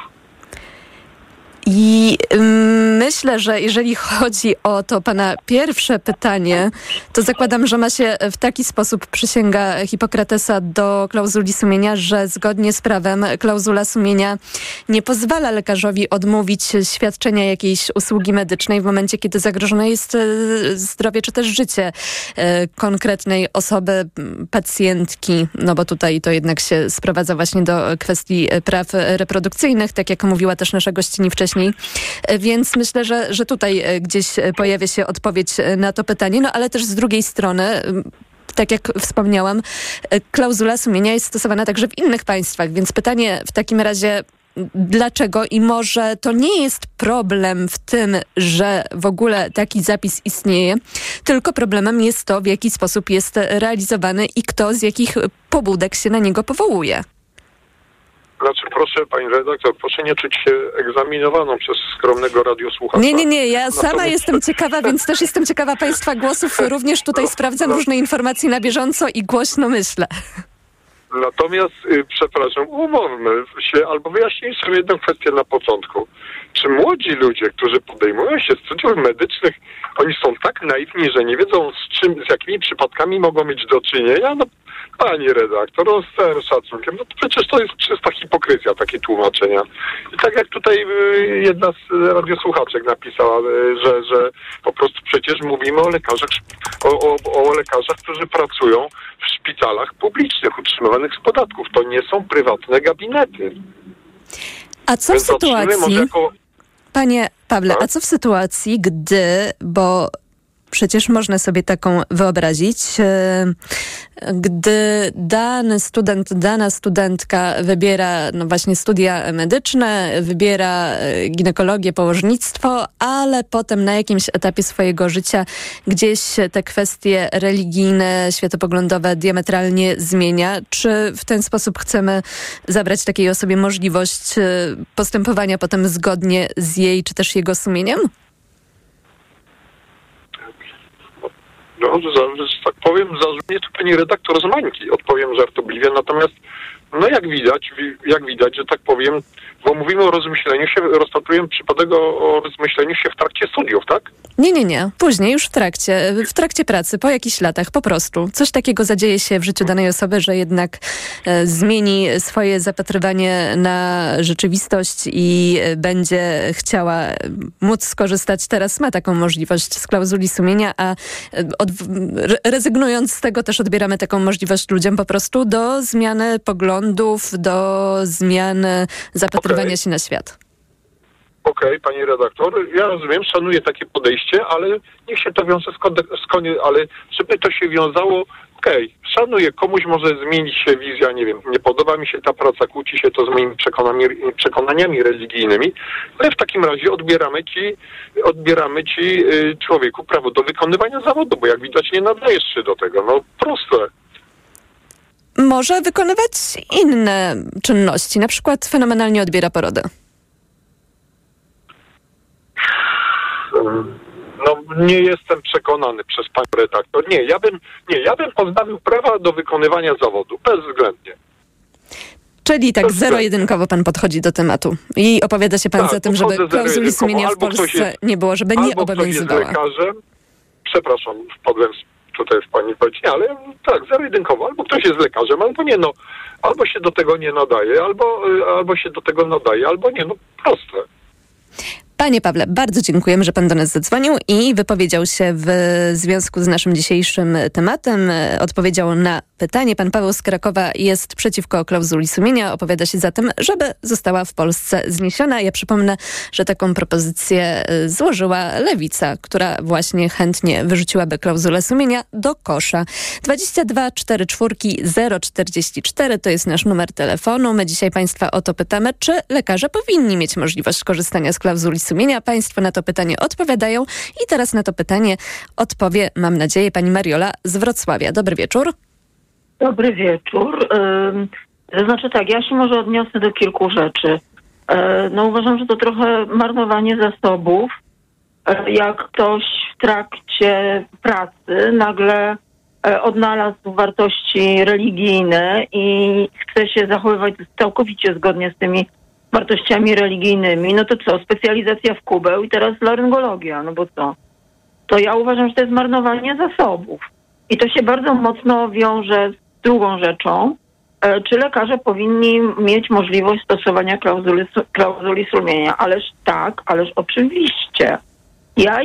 I myślę, że jeżeli chodzi o to pana pierwsze pytanie, to zakładam, że ma się w taki sposób przysięga Hipokratesa do klauzuli sumienia, że zgodnie z prawem klauzula sumienia nie pozwala lekarzowi odmówić świadczenia jakiejś usługi medycznej w momencie, kiedy zagrożone jest zdrowie czy też życie konkretnej osoby, pacjentki, no bo tutaj to jednak się sprowadza właśnie do kwestii praw reprodukcyjnych, tak jak mówiła też nasza gościni wcześniej. Więc myślę, że tutaj gdzieś pojawia się odpowiedź na to pytanie, no ale też z drugiej strony, tak jak wspomniałam, klauzula sumienia jest stosowana także w innych państwach, więc pytanie w takim razie, dlaczego i może to nie jest problem w tym, że w ogóle taki zapis istnieje, tylko problemem jest to, w jaki sposób jest realizowany i kto z jakich pobudek się na niego powołuje. Znaczy, proszę, pani redaktor, proszę nie czuć się egzaminowaną przez skromnego radiosłuchacza. Nie, ja sama jestem ciekawa, więc też jestem ciekawa państwa głosów. Również tutaj sprawdzam różne informacje na bieżąco i głośno myślę. Natomiast, przepraszam, umówmy się, albo wyjaśnijmy sobie jedną kwestię na początku. Czy młodzi ludzie, którzy podejmują się studiów medycznych, oni są tak naiwni, że nie wiedzą z jakimi przypadkami mogą mieć do czynienia? No, pani redaktor, z całym szacunkiem, no to przecież to jest czysta hipokryzja, takie tłumaczenia. I tak jak tutaj jedna z radiosłuchaczek napisała, że po prostu przecież mówimy o lekarzach, o lekarzach, którzy pracują w szpitalach publicznych, utrzymywanych z podatków. To nie są prywatne gabinety. A co w sytuacji, panie Pawle, a co w sytuacji, bo przecież można sobie taką wyobrazić, gdy dany student, dana studentka wybiera no właśnie studia medyczne, wybiera ginekologię, położnictwo, ale potem na jakimś etapie swojego życia gdzieś te kwestie religijne, światopoglądowe diametralnie zmienia. Czy w ten sposób chcemy zabrać takiej osobie możliwość postępowania potem zgodnie z jej czy też jego sumieniem? No, że tak powiem, zarzutnie to pani redaktor z Mańki, odpowiem żartobliwie, natomiast no jak widać, że tak powiem, bo mówimy o rozmyśleniu się, rozpatrujemy przypadek o rozmyśleniu się w trakcie studiów, tak? Nie. Później, już w trakcie pracy, po jakichś latach, po prostu. Coś takiego zadzieje się w życiu danej osoby, że jednak zmieni swoje zapatrywanie na rzeczywistość i będzie chciała móc skorzystać. Teraz ma taką możliwość z klauzuli sumienia, a rezygnując z tego też odbieramy taką możliwość ludziom po prostu do zmiany poglądów, do zmiany zapatrywania się na świat. Okej, pani redaktor, ja rozumiem, szanuję takie podejście, ale niech się to wiąże ale żeby to się wiązało, szanuję, komuś może zmienić się wizja, nie wiem, nie podoba mi się ta praca, kłóci się to z moimi przekonaniami religijnymi, ale w takim razie odbieramy ci człowieku prawo do wykonywania zawodu, bo jak widać nie nadajesz się do tego, no proste. Może wykonywać inne czynności, na przykład fenomenalnie odbiera porody. No nie jestem przekonany przez panią redaktor. Ja bym pozbawił prawa do wykonywania zawodu, bezwzględnie. Czyli tak zero-jedynkowo pan podchodzi do tematu i opowiada się pan za tym, żeby klauzuli sumienia w Polsce nie było, żeby nie obowiązywała. Albo ktoś jest lekarzem, przepraszam, wpadłem tutaj w pani powiedzieć, ale tak, zero-jedynkowo, albo ktoś jest lekarzem, albo nie, no, albo się do tego nie nadaje, albo się do tego nadaje, albo nie, no proste. Panie Pawle, bardzo dziękujemy, że pan do nas zadzwonił i wypowiedział się w związku z naszym dzisiejszym tematem. Odpowiedział na pytanie. Pan Paweł z Krakowa jest przeciwko klauzuli sumienia. Opowiada się za tym, żeby została w Polsce zniesiona. Ja przypomnę, że taką propozycję złożyła Lewica, która właśnie chętnie wyrzuciłaby klauzulę sumienia do kosza. 22 44 044 to jest nasz numer telefonu. My dzisiaj państwa o to pytamy, czy lekarze powinni mieć możliwość korzystania z klauzuli sumienia. Państwo na to pytanie odpowiadają i teraz na to pytanie odpowie, mam nadzieję, pani Mariola z Wrocławia. Dobry wieczór. Dobry wieczór. To znaczy tak, ja się może odniosę do kilku rzeczy. No uważam, że to trochę marnowanie zasobów. Jak ktoś w trakcie pracy nagle odnalazł wartości religijne i chce się zachowywać całkowicie zgodnie z tymi wartościami religijnymi, no to co? Specjalizacja w kubeł i teraz laryngologia, no bo co? To ja uważam, że to jest marnowanie zasobów. I to się bardzo mocno wiąże z drugą rzeczą, czy lekarze powinni mieć możliwość stosowania klauzuli sumienia. Ależ tak, ależ oczywiście. Ja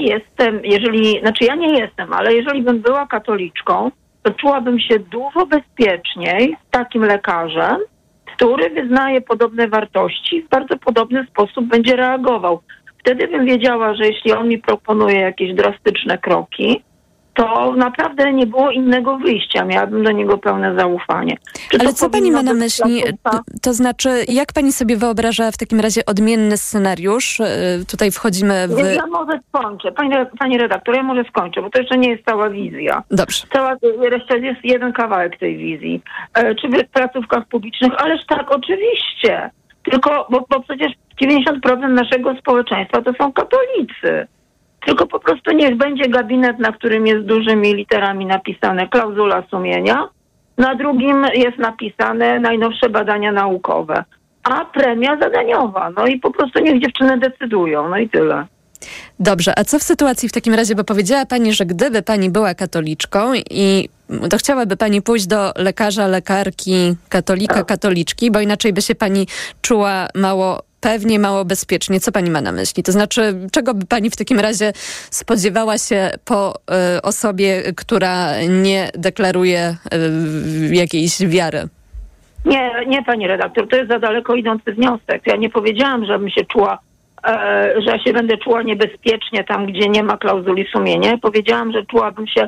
nie jestem, ale jeżeli bym była katoliczką, to czułabym się dużo bezpieczniej z takim lekarzem, który wyznaje podobne wartości i w bardzo podobny sposób będzie reagował. Wtedy bym wiedziała, że jeśli on mi proponuje jakieś drastyczne kroki, to naprawdę nie było innego wyjścia. Miałabym do niego pełne zaufanie. Ale co pani ma na myśli? To znaczy, jak pani sobie wyobraża w takim razie odmienny scenariusz? Tutaj wchodzimy w... Ja może skończę. Pani redaktor, ja może skończę, bo to jeszcze nie jest cała wizja. Dobrze. Jeszcze jest jeden kawałek tej wizji. Czy w placówkach publicznych? Ależ tak, oczywiście. Tylko, bo przecież 90% naszego społeczeństwa to są katolicy. Tylko po prostu niech będzie gabinet, na którym jest dużymi literami napisane klauzula sumienia, na drugim jest napisane najnowsze badania naukowe, a premia zadaniowa. No i po prostu niech dziewczyny decydują, no i tyle. Dobrze, a co w sytuacji w takim razie, bo powiedziała pani, że gdyby pani była katoliczką i to chciałaby pani pójść do lekarza, lekarki, katolika, katoliczki, bo inaczej by się pani czuła mało pewnie, mało bezpiecznie. Co pani ma na myśli? To znaczy, czego by pani w takim razie spodziewała się po osobie, która nie deklaruje jakiejś wiary? Nie, pani redaktor, to jest za daleko idący wniosek. Ja nie powiedziałam, żebym się czuła, że ja się będę czuła niebezpiecznie tam, gdzie nie ma klauzuli sumienia. Powiedziałam, że czułabym się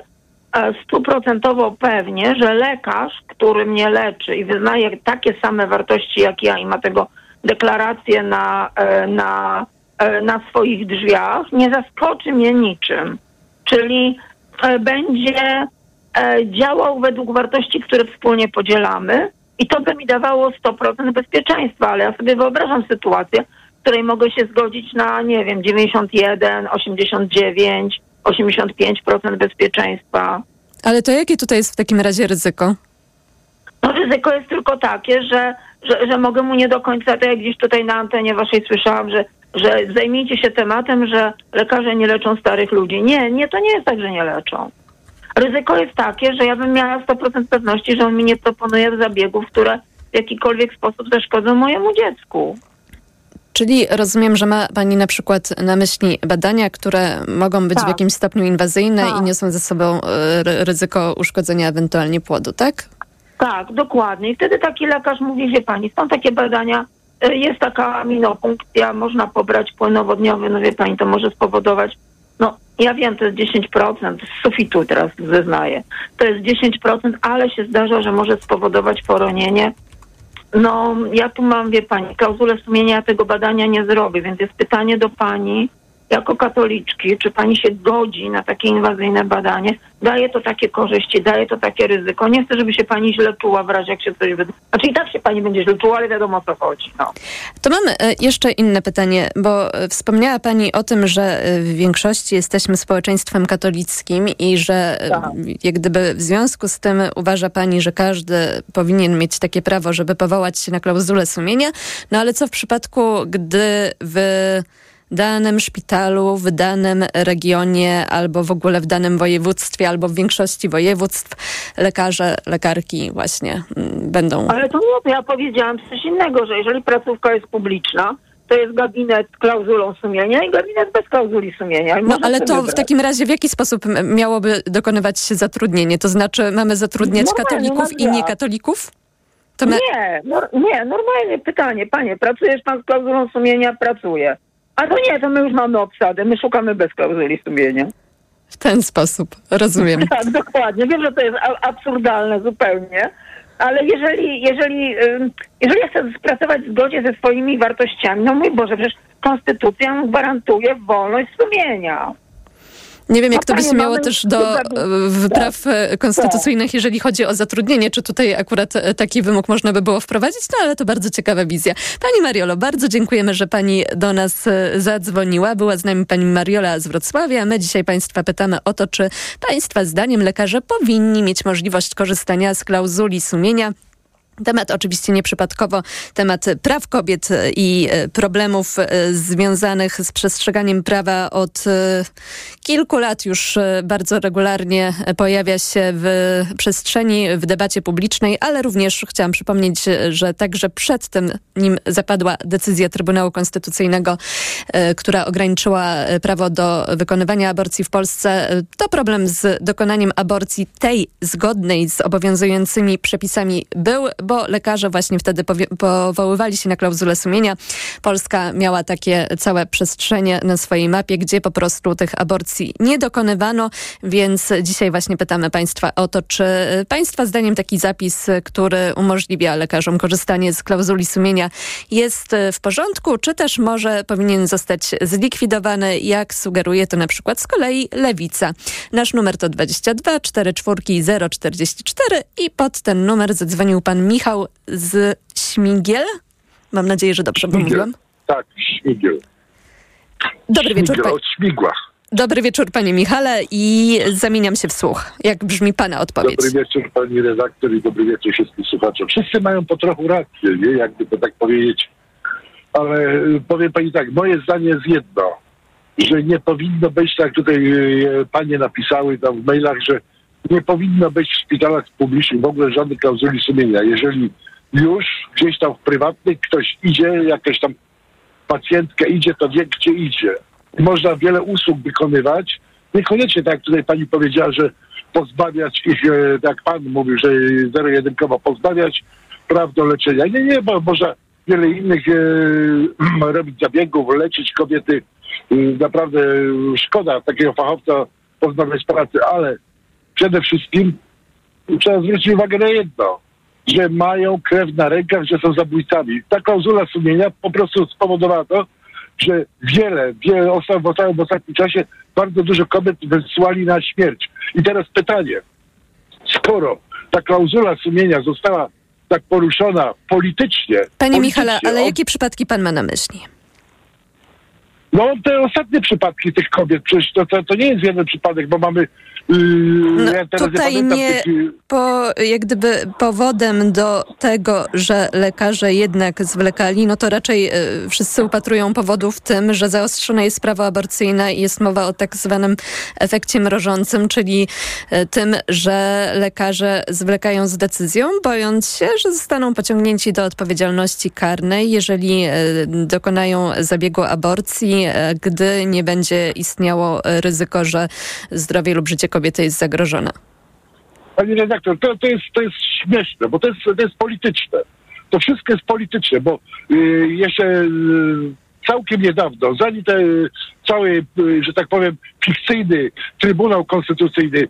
100% pewnie, że lekarz, który mnie leczy i wyznaje takie same wartości jak ja i ma tego deklarację na swoich drzwiach, nie zaskoczy mnie niczym. Czyli będzie działał według wartości, które wspólnie podzielamy i to by mi dawało 100% bezpieczeństwa, ale ja sobie wyobrażam sytuację, w której mogę się zgodzić na, nie wiem, 91, 89, 85% bezpieczeństwa. Ale to jakie tutaj jest w takim razie ryzyko? No ryzyko jest tylko takie, że mogę mu nie do końca, tak jak gdzieś tutaj na antenie waszej słyszałam, że zajmijcie się tematem, że lekarze nie leczą starych ludzi. Nie, to nie jest tak, że nie leczą. Ryzyko jest takie, że ja bym miała 100% pewności, że on mi nie proponuje zabiegów, które w jakikolwiek sposób zaszkodzą mojemu dziecku. Czyli rozumiem, że ma pani na przykład na myśli badania, które mogą być w jakimś stopniu inwazyjne i niosą ze sobą ryzyko uszkodzenia ewentualnie płodu, tak? Tak, dokładnie. I wtedy taki lekarz mówi, wie pani, są takie badania, jest taka aminopunkcja, można pobrać płyn owodniowy, no wie pani, to może spowodować, no ja wiem, to jest 10%, z sufitu teraz zeznaję, to jest 10%, ale się zdarza, że może spowodować poronienie. No ja tu mam, wie pani, klauzulę sumienia, ja tego badania nie zrobię, więc jest pytanie do pani, jako katoliczki, czy pani się godzi na takie inwazyjne badanie? Daje to takie korzyści, daje to takie ryzyko. Nie chcę, żeby się pani źle czuła w razie, jak się coś wydarzy. Znaczy i tak się pani będzie źle czuła, ale wiadomo, o co chodzi. No. To mam jeszcze inne pytanie, bo wspomniała pani o tym, że w większości jesteśmy społeczeństwem katolickim i że jak gdyby w związku z tym uważa pani, że każdy powinien mieć takie prawo, żeby powołać się na klauzulę sumienia. No ale co w przypadku, gdy w danym szpitalu, w danym regionie, albo w ogóle w danym województwie, albo w większości województw lekarze, lekarki właśnie będą... Ale to nie, to ja powiedziałam coś innego, że jeżeli placówka jest publiczna, to jest gabinet z klauzulą sumienia i gabinet bez klauzuli sumienia. No ale to w takim razie w jaki sposób miałoby dokonywać się zatrudnienie? To znaczy mamy zatrudniać katolików i niekatolików? Nie, normalnie pytanie. Panie, pracujesz pan z klauzulą sumienia? Pracuję. A to nie, to my już mamy obsadę. My szukamy bez klauzuli sumienia. W ten sposób, rozumiem. Tak, dokładnie. Wiem, że to jest absurdalne zupełnie, ale jeżeli ja chcę pracować w zgodzie ze swoimi wartościami, no mój Boże, przecież konstytucja gwarantuje wolność sumienia. Nie wiem, jak to by się miało też do praw konstytucyjnych, jeżeli chodzi o zatrudnienie. Czy tutaj akurat taki wymóg można by było wprowadzić? No ale to bardzo ciekawa wizja. Pani Mariolo, bardzo dziękujemy, że pani do nas zadzwoniła. Była z nami pani Mariola z Wrocławia. My dzisiaj państwa pytamy o to, czy państwa zdaniem lekarze powinni mieć możliwość korzystania z klauzuli sumienia. Temat oczywiście nieprzypadkowo, temat praw kobiet i problemów związanych z przestrzeganiem prawa od kilku lat już bardzo regularnie pojawia się w przestrzeni, w debacie publicznej, ale również chciałam przypomnieć, że także przed tym, nim zapadła decyzja Trybunału Konstytucyjnego, która ograniczyła prawo do wykonywania aborcji w Polsce, to problem z dokonaniem aborcji tej zgodnej z obowiązującymi przepisami był, bo lekarze właśnie wtedy powoływali się na klauzulę sumienia. Polska miała takie całe przestrzenie na swojej mapie, gdzie po prostu tych aborcji nie dokonywano, więc dzisiaj właśnie pytamy państwa o to, czy państwa zdaniem taki zapis, który umożliwia lekarzom korzystanie z klauzuli sumienia, jest w porządku, czy też może powinien zostać zlikwidowany, jak sugeruje to na przykład z kolei Lewica. Nasz numer to 22 44 044 i pod ten numer zadzwonił pan Michał z Śmigiel. Mam nadzieję, że dobrze pomówiłam. Tak, Śmigiel. Dobry wieczór. Od Śmigła. Dobry wieczór, panie Michale, i zamieniam się w słuch. Jak brzmi pana odpowiedź? Dobry wieczór, pani redaktor, i dobry wieczór wszystkim słuchaczom. Wszyscy mają po trochu rację, nie? Jakby to tak powiedzieć. Ale powiem pani tak, moje zdanie jest jedno, że nie powinno być, tak tutaj panie napisały tam w mailach, że nie powinno być w szpitalach publicznych w ogóle żadnej klauzuli sumienia. Jeżeli już gdzieś tam w prywatnych ktoś idzie, jakaś tam pacjentka idzie, to wie, gdzie idzie. Można wiele usług wykonywać. Niekoniecznie, tak jak tutaj pani powiedziała, że pozbawiać ich, jak pan mówił, że zero-jedynkowo pozbawiać praw do leczenia. Nie, bo można wiele innych robić zabiegów, leczyć kobiety. Naprawdę szkoda takiego fachowca pozbawiać pracy, ale przede wszystkim trzeba zwrócić uwagę na jedno, że mają krew na rękach, że są zabójcami. Ta klauzula sumienia po prostu spowodowała to, że wiele osób w ostatnim czasie bardzo dużo kobiet wysłali na śmierć. I teraz pytanie, skoro ta klauzula sumienia została tak poruszona politycznie... Panie Michale, ale jakie przypadki pan ma na myśli? No te ostatnie przypadki tych kobiet, przecież to nie jest jeden przypadek, bo mamy... ja tutaj jak gdyby powodem do tego, że lekarze jednak zwlekali, no to raczej wszyscy upatrują powodu w tym, że zaostrzone jest prawo aborcyjne i jest mowa o tak zwanym efekcie mrożącym, czyli tym, że lekarze zwlekają z decyzją, bojąc się, że zostaną pociągnięci do odpowiedzialności karnej, jeżeli dokonają zabiegu aborcji, gdy nie będzie istniało ryzyko, że zdrowie lub życie kobiety jest zagrożone. Pani redaktor, to jest śmieszne, bo to jest polityczne. To wszystko jest polityczne, bo jeszcze całkiem niedawno, zanim cały, że tak powiem, fikcyjny Trybunał Konstytucyjny,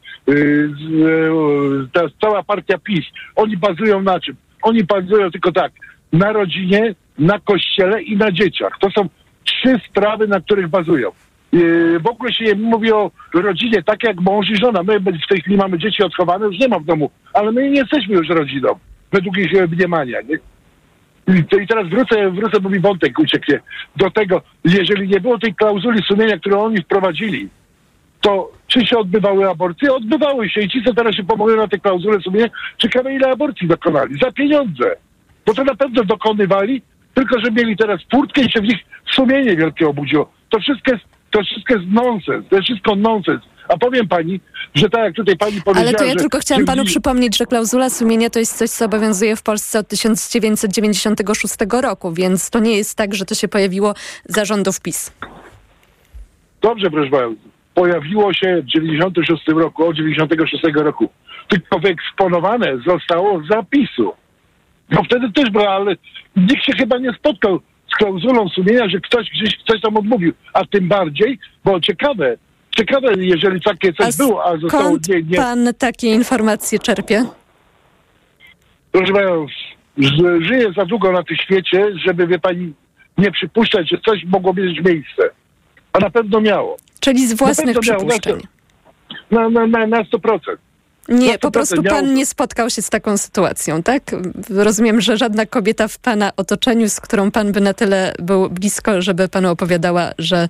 ta cała partia PiS, oni bazują na czym? Oni bazują tylko tak, na rodzinie, na kościele i na dzieciach. To są 3 sprawy, na których bazują. W ogóle się nie mówi o rodzinie tak jak mąż i żona. My w tej chwili mamy dzieci odchowane, już nie ma w domu, ale my nie jesteśmy już rodziną, według ich mniemania, nie? I teraz wrócę, bo mi wątek ucieknie do tego, jeżeli nie było tej klauzuli sumienia, którą oni wprowadzili, to czy się odbywały aborcje? Odbywały się i ci, co teraz się powołują na te klauzule sumienia, ciekawe ile aborcji dokonali. Za pieniądze. Bo to na pewno dokonywali, tylko że mieli teraz furtkę i się w nich sumienie wielkie obudziło. To wszystko jest nonsens. To jest wszystko nonsens. A powiem pani, że tak jak tutaj pani powiedziała... Ale to ja tylko chciałam panu przypomnieć, że klauzula sumienia to jest coś, co obowiązuje w Polsce od 1996 roku, więc to nie jest tak, że to się pojawiło za rządów PiS. Dobrze, proszę pana. Pojawiło się w 96 roku, od 96 roku. Tylko wyeksponowane zostało z zapisu. No wtedy też było, ale nikt się chyba nie spotkał z klauzulą sumienia, że ktoś gdzieś coś tam odmówił. A tym bardziej, bo ciekawe, jeżeli takie coś było, a zostało... Skąd pan takie informacje czerpie? Proszę panią, żyję za długo na tym świecie, żeby, wie pani, nie przypuszczać, że coś mogło mieć miejsce. A na pewno miało. Czyli z własnych przypuszczeń. Na 100%. Nie, po prostu pan nie spotkał się z taką sytuacją, tak? Rozumiem, że żadna kobieta w pana otoczeniu, z którą pan by na tyle był blisko, żeby panu opowiadała, że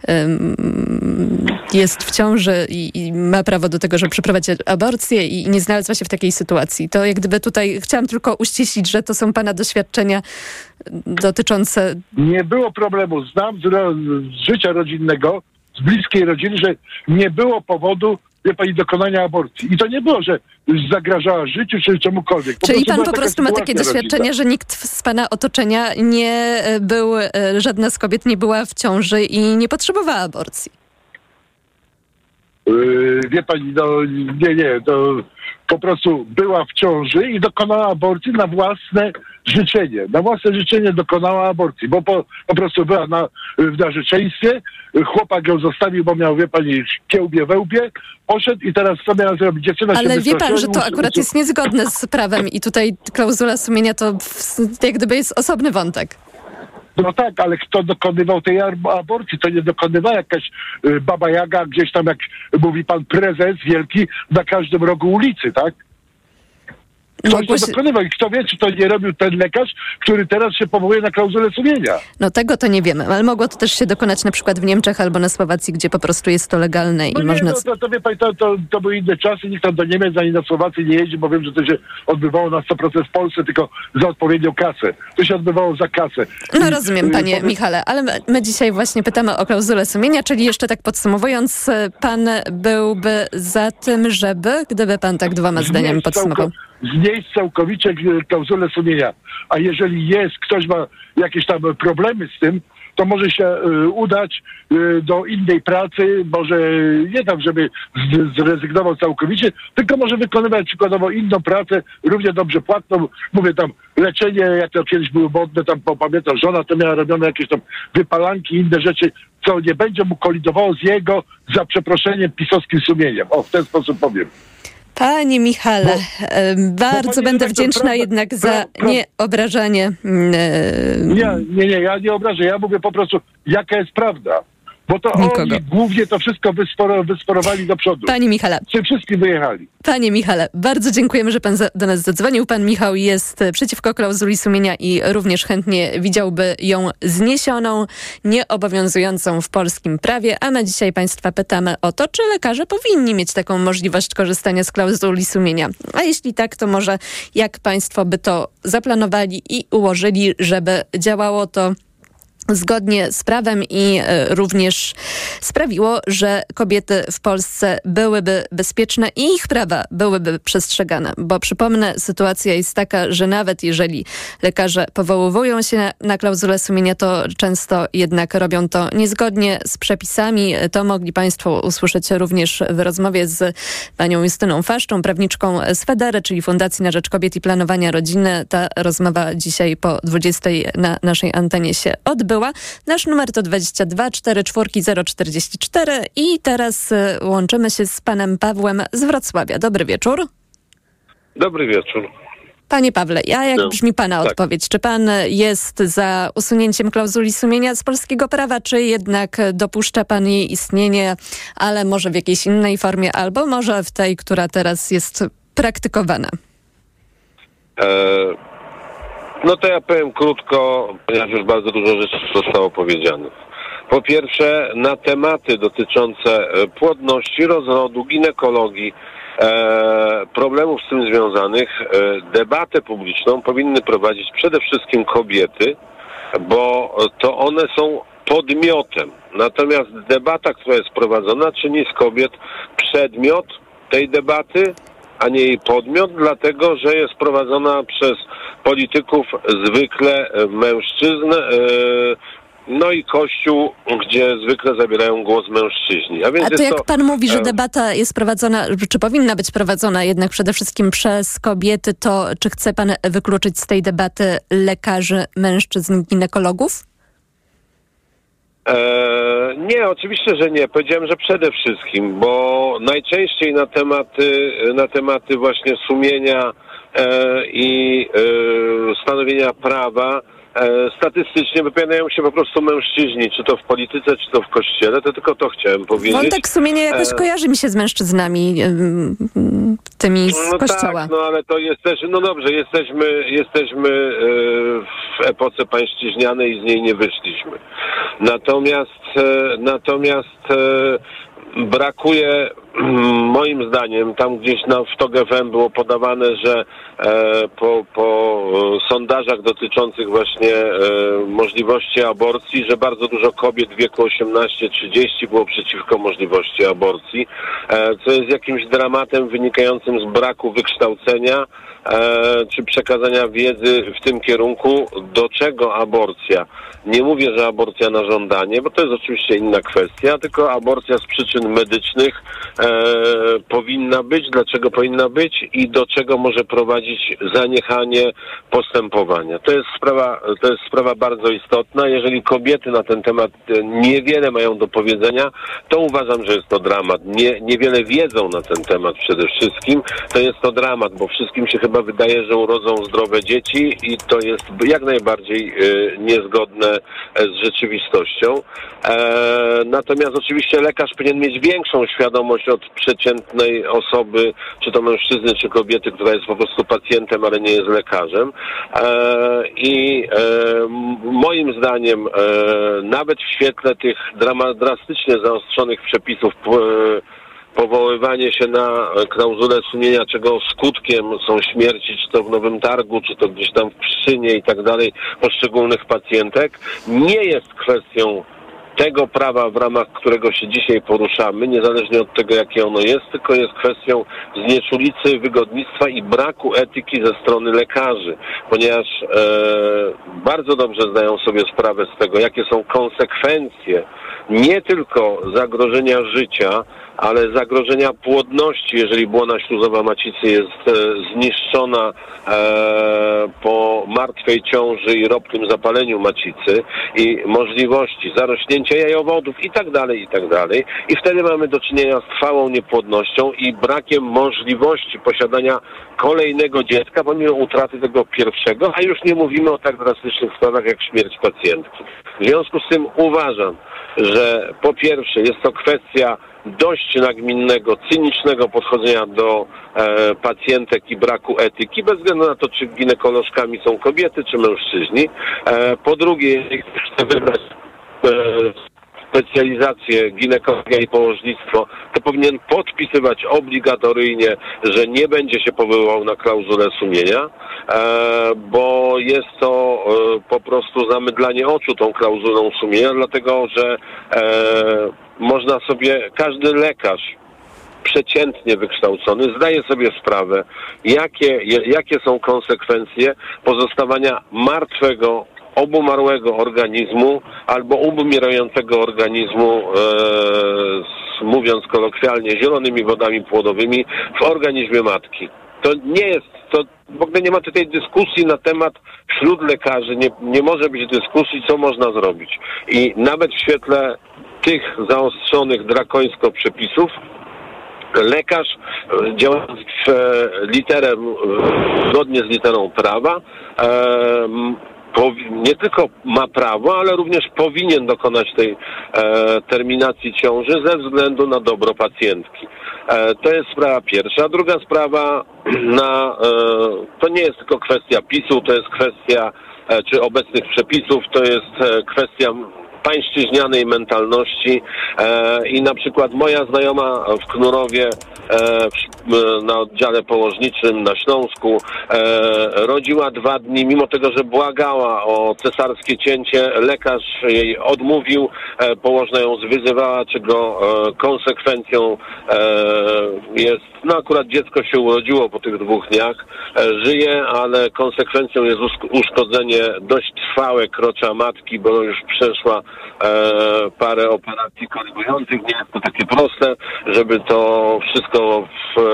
jest w ciąży i ma prawo do tego, żeby przeprowadzić aborcję i nie znalazła się w takiej sytuacji. To jak gdyby tutaj chciałam tylko uściślić, że to są pana doświadczenia dotyczące... Nie było problemu. Znam z życia rodzinnego, z bliskiej rodziny, że nie było powodu, wie pani, dokonania aborcji. I to nie było, że zagrażała życiu czy czemukolwiek. Czyli pan po prostu ma takie doświadczenie, że nikt z pana otoczenia nie był, żadna z kobiet nie była w ciąży i nie potrzebowała aborcji. Wie pani, no nie, to po prostu była w ciąży i dokonała aborcji na własne życzenie. Na własne życzenie dokonała aborcji, bo po prostu była w narzeczeństwie, chłopak ją zostawił, bo miał, wie pani, kiełbie we łbie, poszedł i teraz co miała zrobić? Dziewczyna się ale wie pan, że to akurat jest niezgodne z prawem i tutaj klauzula sumienia to jak gdyby jest osobny wątek. No tak, ale kto dokonywał tej aborcji? To nie dokonywała jakaś baba Jaga gdzieś tam, jak mówi pan prezes wielki, na każdym rogu ulicy, tak? Ktoś to dokonywał i kto wie, czy to nie robił ten lekarz, który teraz się powołuje na klauzulę sumienia. No tego to nie wiemy, ale mogło to też się dokonać na przykład w Niemczech albo na Słowacji, gdzie po prostu jest to legalne i można... To wie pani, to były inne czasy, nikt tam do Niemiec ani na Słowację nie jeździ, bo wiem, że to się odbywało na 100% w Polsce, tylko za odpowiednią kasę. To się odbywało za kasę. No rozumiem, panie Michale, ale my dzisiaj właśnie pytamy o klauzulę sumienia, czyli jeszcze tak podsumowując, pan byłby za tym, żeby, gdyby pan tak 2 zdaniami podsumował. Znieść całkowicie klauzulę sumienia. A jeżeli ktoś ma jakieś tam problemy z tym, to może się udać do innej pracy, może nie tam, żeby zrezygnował całkowicie, tylko może wykonywać przykładowo inną pracę, równie dobrze płatną. Mówię tam leczenie, jak to kiedyś było modne, tam pamiętam, żona to miała robione jakieś tam wypalanki, inne rzeczy, co nie będzie mu kolidowało z jego, za przeproszeniem, pisowskim sumieniem. O, w ten sposób powiem. Panie Michale, bardzo będę wdzięczna jednak za nieobrażanie. Nie, ja nie obrażę. Ja mówię po prostu, jaka jest prawda. Bo to Nikogo. oni głównie to wszystko wysporowali do przodu. Panie Michale. Czy wszyscy wyjechali? Panie Michale, bardzo dziękujemy, że pan do nas zadzwonił. Pan Michał jest przeciwko klauzuli sumienia i również chętnie widziałby ją zniesioną, nieobowiązującą w polskim prawie. A my dzisiaj państwa pytamy o to, czy lekarze powinni mieć taką możliwość korzystania z klauzuli sumienia. A jeśli tak, to może jak państwo by to zaplanowali i ułożyli, żeby działało to zgodnie z prawem i również sprawiło, że kobiety w Polsce byłyby bezpieczne i ich prawa byłyby przestrzegane. Bo przypomnę, sytuacja jest taka, że nawet jeżeli lekarze powołują się na klauzulę sumienia, to często jednak robią to niezgodnie z przepisami. To mogli państwo usłyszeć również w rozmowie z panią Justyną Faszczą, prawniczką z FEDERY, czyli Fundacji na Rzecz Kobiet i Planowania Rodziny. Ta rozmowa dzisiaj po 20 na naszej antenie się odbyła. Nasz numer to 22 44 044 i teraz łączymy się z panem Pawłem z Wrocławia. Dobry wieczór. Dobry wieczór. Panie Pawle, jak brzmi pana odpowiedź? Czy pan jest za usunięciem klauzuli sumienia z polskiego prawa, czy jednak dopuszcza pan jej istnienie, ale może w jakiejś innej formie, albo może w tej, która teraz jest praktykowana? No to ja powiem krótko, ponieważ już bardzo dużo rzeczy zostało powiedzianych. Po pierwsze, na tematy dotyczące płodności, rozrodu, ginekologii, problemów z tym związanych, debatę publiczną powinny prowadzić przede wszystkim kobiety, bo to one są podmiotem. Natomiast debata, która jest prowadzona, czyni z kobiet przedmiot tej debaty, a nie jej podmiot, dlatego że jest prowadzona przez polityków zwykle mężczyzn, no i Kościół, gdzie zwykle zabierają głos mężczyźni. A to jak pan mówi, że debata jest prowadzona, czy powinna być prowadzona jednak przede wszystkim przez kobiety, to czy chce pan wykluczyć z tej debaty lekarzy, mężczyzn, ginekologów? Nie, oczywiście, że nie. Powiedziałem, że przede wszystkim, bo najczęściej na tematy właśnie sumienia i stanowienia prawa statystycznie wypowiadają się po prostu mężczyźni, czy to w polityce, czy to w kościele, to tylko to chciałem powiedzieć. Wątek sumienia jakoś kojarzy mi się z mężczyznami, tymi z kościoła. Tak, no ale to jest też, no dobrze, jesteśmy w epoce pańszczyźnianej i z niej nie wyszliśmy. Natomiast brakuje, moim zdaniem, tam gdzieś w TOG FM było podawane, że po sondażach dotyczących właśnie możliwości aborcji, że bardzo dużo kobiet w wieku 18-30 było przeciwko możliwości aborcji, co jest jakimś dramatem wynikającym z braku wykształcenia czy przekazania wiedzy w tym kierunku, do czego aborcja. Nie mówię, że aborcja na żądanie, bo to jest oczywiście inna kwestia, tylko aborcja z przyczyn medycznych powinna być, dlaczego powinna być i do czego może prowadzić zaniechanie postępowania. To jest sprawa bardzo istotna. Jeżeli kobiety na ten temat niewiele mają do powiedzenia, to uważam, że jest to dramat. Niewiele wiedzą na ten temat przede wszystkim. To jest to dramat, bo wszystkim się chyba wydaje, że urodzą zdrowe dzieci i to jest jak najbardziej niezgodne z rzeczywistością. Natomiast oczywiście lekarz powinien mieć większą świadomość od przeciętnej osoby, czy to mężczyzny, czy kobiety, która jest po prostu pacjentem, ale nie jest lekarzem. Moim zdaniem nawet w świetle tych drastycznie zaostrzonych przepisów powoływanie się na klauzulę sumienia, czego skutkiem są śmierci, czy to w Nowym Targu, czy to gdzieś tam w Pszczynie i tak dalej, poszczególnych pacjentek, nie jest kwestią tego prawa, w ramach którego się dzisiaj poruszamy, niezależnie od tego, jakie ono jest, tylko jest kwestią znieczulicy, wygodnictwa i braku etyki ze strony lekarzy, ponieważ bardzo dobrze zdają sobie sprawę z tego, jakie są konsekwencje nie tylko zagrożenia życia, ale zagrożenia płodności, jeżeli błona śluzowa macicy jest zniszczona po martwej ciąży i ropnym zapaleniu macicy i możliwości zarośnięcia jajowodów i tak dalej. I wtedy mamy do czynienia z trwałą niepłodnością i brakiem możliwości posiadania kolejnego dziecka, pomimo utraty tego pierwszego, a już nie mówimy o tak drastycznych sprawach jak śmierć pacjentki. W związku z tym uważam, że po pierwsze jest to kwestia dość nagminnego, cynicznego podchodzenia do pacjentek i braku etyki, bez względu na to, czy ginekolożkami są kobiety, czy mężczyźni. Po drugie, jeśli chce wybrać specjalizację ginekologia i położnictwo, to powinien podpisywać obligatoryjnie, że nie będzie się powoływał na klauzulę sumienia, bo jest to po prostu zamydlanie oczu tą klauzulą sumienia, dlatego że można sobie, każdy lekarz przeciętnie wykształcony zdaje sobie sprawę, jakie są konsekwencje pozostawania martwego, obumarłego organizmu albo obumierającego organizmu, mówiąc kolokwialnie, zielonymi wodami płodowymi w organizmie matki. To nie jest, to w ogóle nie ma tutaj dyskusji na temat wśród lekarzy, nie może być dyskusji, co można zrobić. I nawet w świetle tych zaostrzonych drakońsko przepisów lekarz, działając zgodnie z literą prawa, nie tylko ma prawo, ale również powinien dokonać tej terminacji ciąży ze względu na dobro pacjentki. To jest sprawa pierwsza. Druga sprawa, to nie jest tylko kwestia PiS-u, to jest kwestia, czy obecnych przepisów, to jest kwestia pańszczyźnianej mentalności i na przykład moja znajoma w Knurowie na oddziale położniczym na Śląsku rodziła 2 dni, mimo tego, że błagała o cesarskie cięcie, lekarz jej odmówił, położna ją zwyzywała, czego konsekwencją jest, akurat dziecko się urodziło po tych 2 dniach, żyje, ale konsekwencją jest uszkodzenie dość trwałe krocza matki, bo już przeszła parę operacji korygujących. Nie jest to takie proste, żeby to wszystko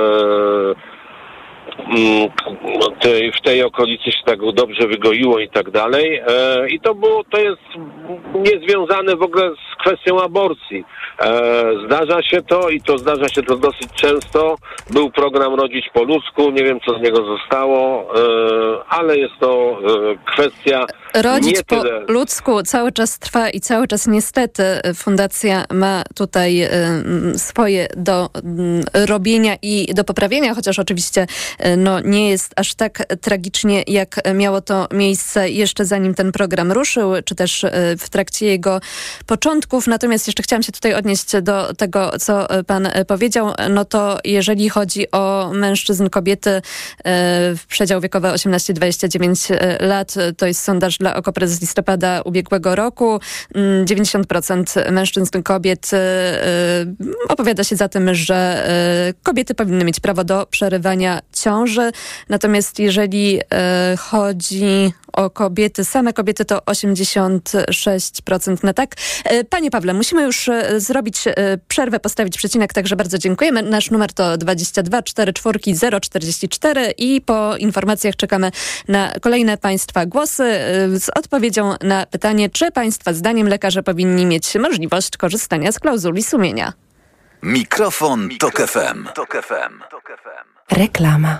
w tej okolicy się tak dobrze wygoiło i tak dalej. I to jest niezwiązane w ogóle z kwestią aborcji. Zdarza się to i to zdarza się to dosyć często. Był program Rodzić po ludzku, nie wiem co z niego zostało, ale jest to kwestia Rodzić nie po tyle... ludzku cały czas trwa i cały czas niestety fundacja ma tutaj swoje do robienia i do poprawienia, chociaż oczywiście nie jest aż tak tragicznie, jak miało to miejsce jeszcze zanim ten program ruszył, czy też w trakcie jego początków. Natomiast jeszcze chciałam się tutaj odnieść do tego, co pan powiedział. No to jeżeli chodzi o mężczyzn, kobiety w przedział wiekowy 18-29 lat, to jest sondaż dla OKO.press z listopada ubiegłego roku. 90% mężczyzn, kobiet opowiada się za tym, że kobiety powinny mieć prawo do przerywania ciąży. Natomiast jeżeli chodzi o kobiety, same kobiety, to 86% na tak. Panie Pawle, musimy już zrobić przerwę, postawić przecinek, także bardzo dziękujemy. Nasz numer to 22 44 044 i po informacjach czekamy na kolejne Państwa głosy z odpowiedzią na pytanie, czy Państwa zdaniem lekarze powinni mieć możliwość korzystania z klauzuli sumienia. Mikrofon Tok FM. Reklama.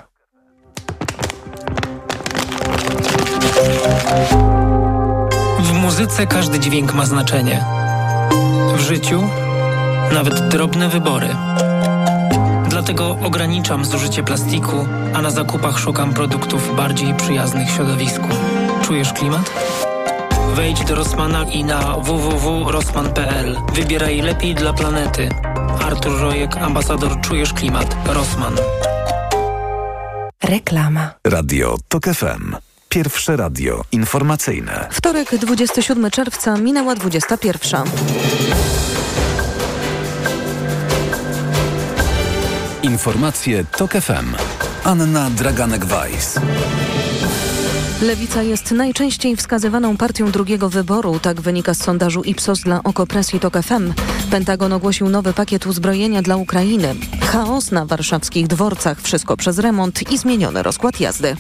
W muzyce każdy dźwięk ma znaczenie. W życiu nawet drobne wybory. Dlatego ograniczam zużycie plastiku, a na zakupach szukam produktów bardziej przyjaznych środowisku. Czujesz klimat? Wejdź do Rossmana i na www.rossmann.pl. Wybieraj lepiej dla planety. Artur Rojek, ambasador Czujesz Klimat. Rossmann. Reklama. Radio Tok FM. Pierwsze radio informacyjne. Wtorek, 27 czerwca, minęła 21. Informacje Tok FM. Anna Draganek-Weiss. Lewica jest najczęściej wskazywaną partią drugiego wyboru, tak wynika z sondażu Ipsos dla OKO.press i Tok FM. Pentagon ogłosił nowy pakiet uzbrojenia dla Ukrainy. Chaos na warszawskich dworcach, wszystko przez remont i zmieniony rozkład jazdy.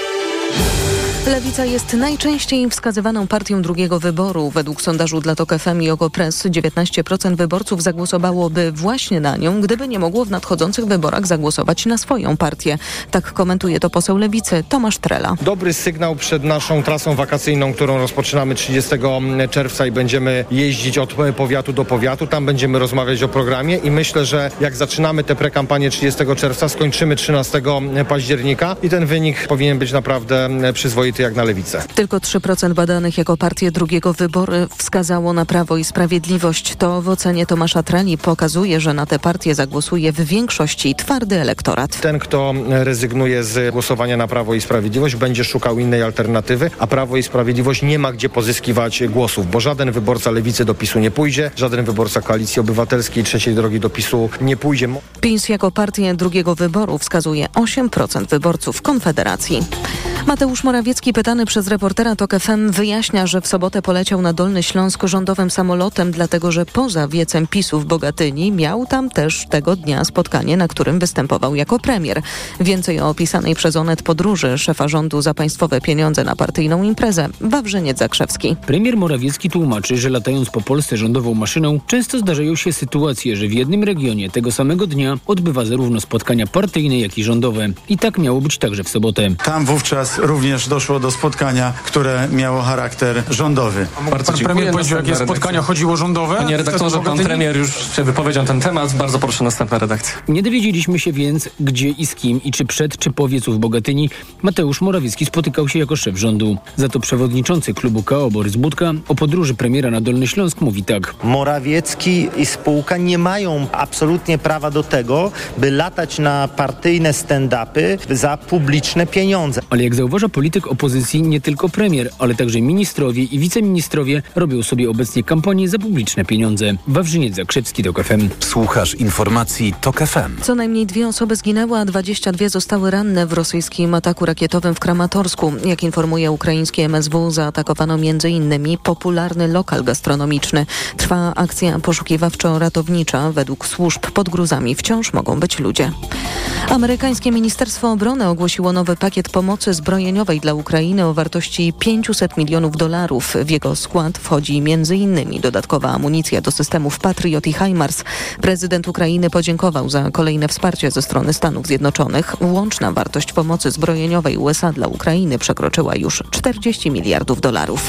Lewica jest najczęściej wskazywaną partią drugiego wyboru. Według sondażu dla TOK FM i Okopres 19% wyborców zagłosowałoby właśnie na nią, gdyby nie mogło w nadchodzących wyborach zagłosować na swoją partię. Tak komentuje to poseł Lewicy Tomasz Trela. Dobry sygnał przed naszą trasą wakacyjną, którą rozpoczynamy 30 czerwca i będziemy jeździć od powiatu do powiatu. Tam będziemy rozmawiać o programie i myślę, że jak zaczynamy tę prekampanię 30 czerwca, skończymy 13 października i ten wynik powinien być naprawdę przyzwoity jak na Lewicę. Tylko 3% badanych jako partię drugiego wyboru wskazało na Prawo i Sprawiedliwość. To w ocenie Tomasza Treli pokazuje, że na tę partię zagłosuje w większości twardy elektorat. Ten, kto rezygnuje z głosowania na Prawo i Sprawiedliwość, będzie szukał innej alternatywy, a Prawo i Sprawiedliwość nie ma gdzie pozyskiwać głosów, bo żaden wyborca Lewicy do PiS-u nie pójdzie, żaden wyborca Koalicji Obywatelskiej Trzeciej Drogi do PiS-u nie pójdzie. PiS jako partię drugiego wyboru wskazuje 8% wyborców Konfederacji. Mateusz Morawiecki, pytany przez reportera TOK FM, wyjaśnia, że w sobotę poleciał na Dolny Śląsk rządowym samolotem, dlatego że poza wiecem PiS-u w Bogatyni miał tam też tego dnia spotkanie, na którym występował jako premier. Więcej o opisanej przez Onet podróży szefa rządu za państwowe pieniądze na partyjną imprezę Wawrzyniec Zakrzewski. Premier Morawiecki tłumaczy, że latając po Polsce rządową maszyną często zdarzają się sytuacje, że w jednym regionie tego samego dnia odbywa zarówno spotkania partyjne, jak i rządowe. I tak miało być także w sobotę. Tam wówczas również doszło do spotkania, które miało charakter rządowy. Pan premier powiedział, jakie spotkania chodziło rządowe? Panie redaktorze, pan premier już się wypowiedział na ten temat. Bardzo proszę, następna redakcja. Nie dowiedzieliśmy się więc, gdzie i z kim i czy przed, czy po wiecu w Bogatyni Mateusz Morawiecki spotykał się jako szef rządu. Za to przewodniczący klubu KO Borys Budka o podróży premiera na Dolny Śląsk mówi tak. Morawiecki i spółka nie mają absolutnie prawa do tego, by latać na partyjne stand-upy za publiczne pieniądze. Ale jak zauważa polityk opozycji, nie tylko premier, ale także ministrowie i wiceministrowie robią sobie obecnie kampanię za publiczne pieniądze. Wawrzyniec Zakrzewski, TOK FM. Słuchasz informacji TOK FM. Co najmniej 2 osoby zginęły, a 22 zostały ranne w rosyjskim ataku rakietowym w Kramatorsku. Jak informuje ukraińskie MSW, zaatakowano m.in. popularny lokal gastronomiczny. Trwa akcja poszukiwawczo-ratownicza. Według służb pod gruzami wciąż mogą być ludzie. Amerykańskie Ministerstwo Obrony ogłosiło nowy pakiet pomocy zbrojeniowej dla Ukrainy o wartości $500 milionów. W jego skład wchodzi m.in. dodatkowa amunicja do systemów Patriot i HIMARS. Prezydent Ukrainy podziękował za kolejne wsparcie ze strony Stanów Zjednoczonych. Łączna wartość pomocy zbrojeniowej USA dla Ukrainy przekroczyła już $40 miliardów.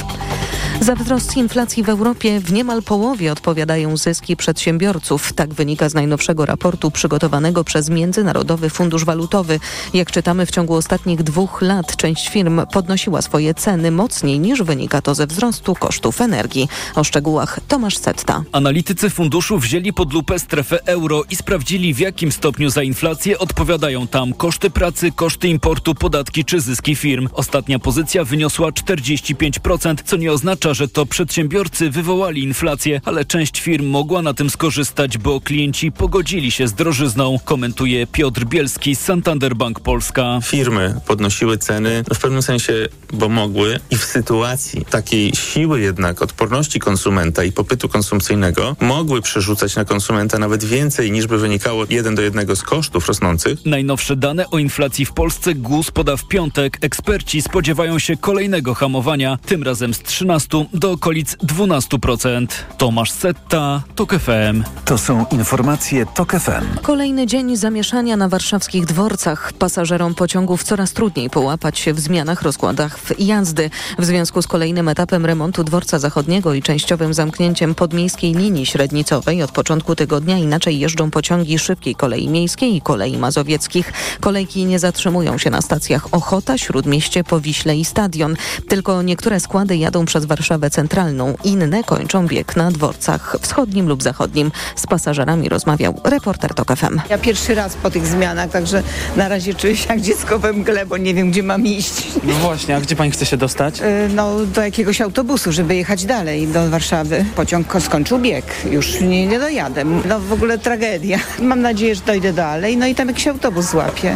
Za wzrost inflacji w Europie w niemal połowie odpowiadają zyski przedsiębiorców. Tak wynika z najnowszego raportu przygotowanego przez Międzynarodowy Fundusz Walutowy. Jak czytamy, w ciągu ostatnich 2 lat część firm podnosiła swoje ceny mocniej niż wynika to ze wzrostu kosztów energii. O szczegółach Tomasz Setta. Analitycy funduszu wzięli pod lupę strefę euro i sprawdzili, w jakim stopniu za inflację odpowiadają tam koszty pracy, koszty importu, podatki czy zyski firm. Ostatnia pozycja wyniosła 45%, co nie oznacza, że to przedsiębiorcy wywołali inflację, ale część firm mogła na tym skorzystać, bo klienci pogodzili się z drożyzną, komentuje Piotr Bielski z Santander Bank Polska. Firmy podnosiły ceny w pewnym sensie, bo mogły i w sytuacji takiej siły jednak odporności konsumenta i popytu konsumpcyjnego mogły przerzucać na konsumenta nawet więcej niż by wynikało 1 do 1 z kosztów rosnących. Najnowsze dane o inflacji w Polsce GUS poda w piątek. Eksperci spodziewają się kolejnego hamowania, tym razem z 13 do okolic 12%. Tomasz Setta, TOK FM. To są informacje TOK FM. Kolejny dzień zamieszania na warszawskich dworcach. Pasażerom pociągów coraz trudniej połapać się w zmianach rozkładach jazdy. W związku z kolejnym etapem remontu dworca zachodniego i częściowym zamknięciem podmiejskiej linii średnicowej od początku tygodnia inaczej jeżdżą pociągi szybkiej kolei miejskiej i kolei mazowieckich. Kolejki nie zatrzymują się na stacjach Ochota, Śródmieście, Powiśle i Stadion. Tylko niektóre składy jadą przez Warszawę Centralną. Inne kończą bieg na dworcach wschodnim lub zachodnim. Z pasażerami rozmawiał reporter TOK FM. Ja pierwszy raz po tych zmianach, także na razie czuję się jak dziecko we mgle, bo nie wiem, gdzie mam iść. No właśnie, a gdzie pani chce się dostać? Do jakiegoś autobusu, żeby jechać dalej do Warszawy. Pociąg skończył bieg, już nie dojadę. W ogóle tragedia. Mam nadzieję, że dojdę dalej, i tam jakiś autobus złapię.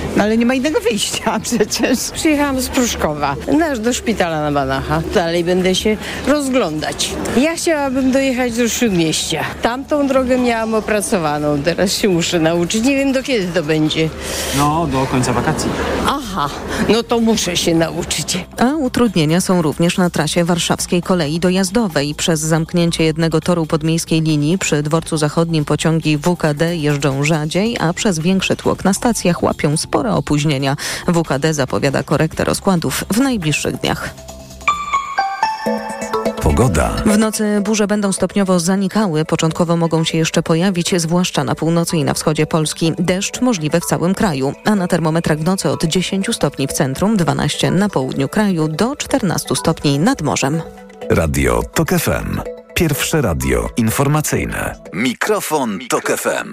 No ale nie ma innego wyjścia przecież. Przyjechałam z Pruszkowa do szpitala na Banacha. Dalej będę się rozglądać. Ja chciałabym dojechać do Śródmieścia. Tamtą drogę miałam opracowaną, teraz się muszę nauczyć. Nie wiem, do kiedy to będzie. No, do końca wakacji. Aha, no to muszę się nauczyć. A utrudnienia są również na trasie warszawskiej kolei dojazdowej. Przez zamknięcie jednego toru podmiejskiej linii przy Dworcu Zachodnim pociągi WKD jeżdżą rzadziej, a przez większy tłok na stacjach łapią spore opóźnienia. WKD zapowiada korektę rozkładów w najbliższych dniach. Pogoda. W nocy burze będą stopniowo zanikały. Początkowo mogą się jeszcze pojawić, zwłaszcza na północy i na wschodzie Polski. Deszcz możliwy w całym kraju, a na termometrach w nocy od 10 stopni w centrum, 12 na południu kraju, do 14 stopni nad morzem. Radio TOK FM. Pierwsze radio informacyjne. Mikrofon TOK FM.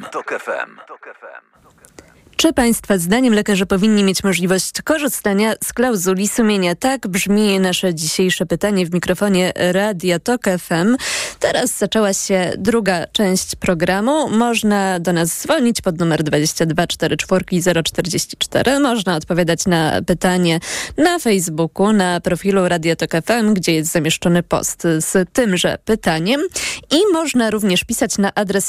Czy Państwa zdaniem lekarze powinni mieć możliwość korzystania z klauzuli sumienia? Tak brzmi nasze dzisiejsze pytanie w mikrofonie Radia TOK FM. Teraz zaczęła się druga część programu. Można do nas dzwonić pod numer 22 44 044. Można odpowiadać na pytanie na Facebooku, na profilu Radia TOK FM, gdzie jest zamieszczony post z tymże pytaniem. I można również pisać na adres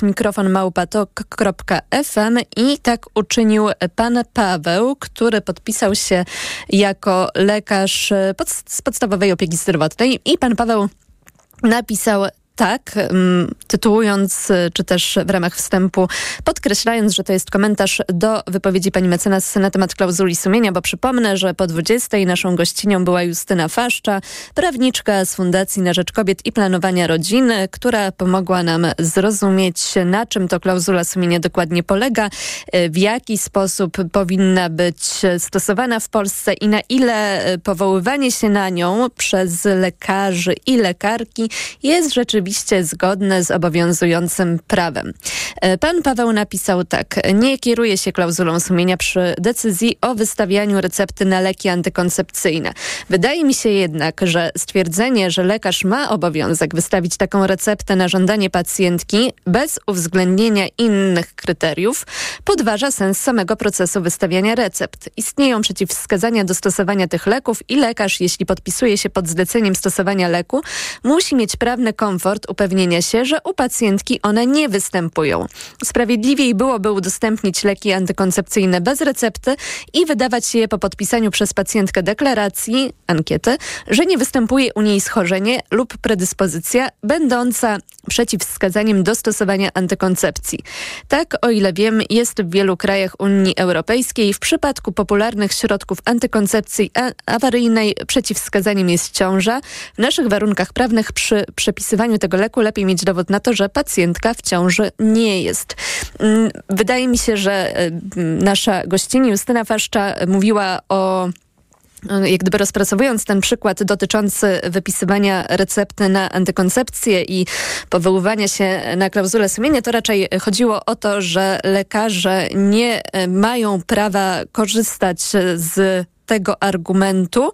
mikrofon@tok.fm i tak uczynił pan Paweł, który podpisał się jako lekarz z podstawowej opieki zdrowotnej. I pan Paweł napisał tak, tytułując, czy też w ramach wstępu podkreślając, że to jest komentarz do wypowiedzi pani mecenas na temat klauzuli sumienia, bo przypomnę, że po 20 naszą gościnią była Justyna Faszcza, prawniczka z Fundacji na Rzecz Kobiet i Planowania Rodziny, która pomogła nam zrozumieć, na czym to klauzula sumienia dokładnie polega, w jaki sposób powinna być stosowana w Polsce i na ile powoływanie się na nią przez lekarzy i lekarki jest rzeczywiście zgodne z obowiązującym prawem. Pan Paweł napisał tak. Nie kieruje się klauzulą sumienia przy decyzji o wystawianiu recepty na leki antykoncepcyjne. Wydaje mi się jednak, że stwierdzenie, że lekarz ma obowiązek wystawić taką receptę na żądanie pacjentki bez uwzględnienia innych kryteriów podważa sens samego procesu wystawiania recept. Istnieją przeciwwskazania do stosowania tych leków i lekarz, jeśli podpisuje się pod zleceniem stosowania leku, musi mieć prawny komfort upewnienia się, że u pacjentki one nie występują. Sprawiedliwiej byłoby udostępnić leki antykoncepcyjne bez recepty i wydawać je po podpisaniu przez pacjentkę deklaracji, ankiety, że nie występuje u niej schorzenie lub predyspozycja będąca przeciwwskazaniem do stosowania antykoncepcji. Tak, o ile wiem, jest w wielu krajach Unii Europejskiej w przypadku popularnych środków antykoncepcji awaryjnej przeciwwskazaniem jest ciąża. W naszych warunkach prawnych przy przepisywaniu tego leku lepiej mieć dowód na to, że pacjentka w ciąży nie jest. Wydaje mi się, że nasza gościni Justyna Faszcza mówiła o, jak gdyby rozpracowując ten przykład dotyczący wypisywania recepty na antykoncepcję i powoływania się na klauzulę sumienia, to raczej chodziło o to, że lekarze nie mają prawa korzystać z tego argumentu,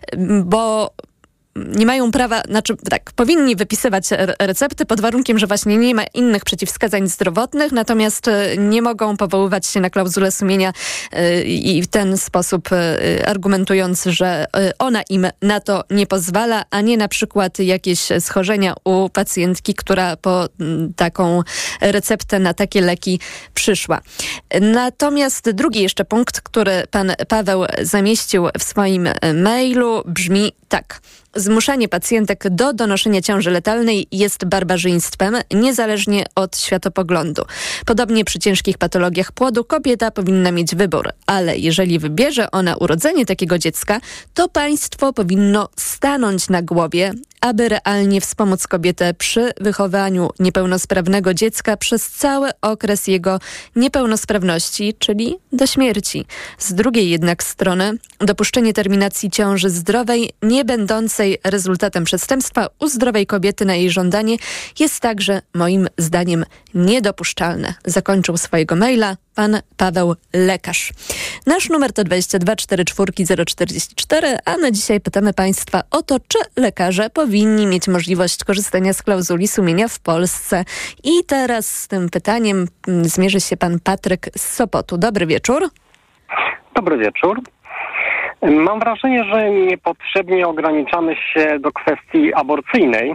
bo nie mają prawa, powinni wypisywać recepty pod warunkiem, że właśnie nie ma innych przeciwwskazań zdrowotnych, natomiast nie mogą powoływać się na klauzulę sumienia i w ten sposób argumentując, że ona im na to nie pozwala, a nie na przykład jakieś schorzenia u pacjentki, która po taką receptę na takie leki przyszła. Natomiast drugi jeszcze punkt, który pan Paweł zamieścił w swoim mailu, brzmi tak. Zmuszanie pacjentek do donoszenia ciąży letalnej jest barbarzyństwem, niezależnie od światopoglądu. Podobnie przy ciężkich patologiach płodu kobieta powinna mieć wybór, ale jeżeli wybierze ona urodzenie takiego dziecka, to państwo powinno stanąć na głowie, aby realnie wspomóc kobietę przy wychowaniu niepełnosprawnego dziecka przez cały okres jego niepełnosprawności, czyli do śmierci. Z drugiej jednak strony dopuszczenie terminacji ciąży zdrowej, nie będącej rezultatem przestępstwa u zdrowej kobiety na jej żądanie jest także moim zdaniem niedopuszczalne. Zakończył swojego maila pan Paweł Lekarz. Nasz numer to 22 44 044, a my dzisiaj pytamy Państwa o to, czy lekarze powinni mieć możliwość korzystania z klauzuli sumienia w Polsce. I teraz z tym pytaniem zmierzy się pan Patryk z Sopotu. Dobry wieczór. Dobry wieczór. Mam wrażenie, że niepotrzebnie ograniczamy się do kwestii aborcyjnej,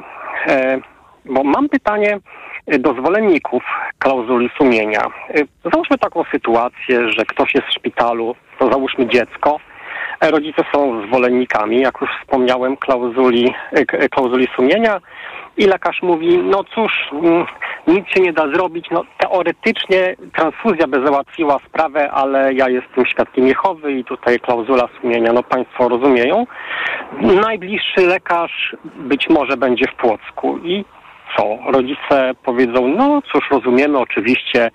bo mam pytanie do zwolenników klauzuli sumienia. Załóżmy taką sytuację, że ktoś jest w szpitalu, to załóżmy dziecko, rodzice są zwolennikami, jak już wspomniałem, klauzuli sumienia i lekarz mówi, no cóż, nic się nie da zrobić, no teoretycznie transfuzja by załatwiła sprawę, ale ja jestem świadkiem Jehowy i tutaj klauzula sumienia, no państwo rozumieją. Najbliższy lekarz być może będzie w Płocku i co? Rodzice powiedzą, no cóż, rozumiemy, oczywiście,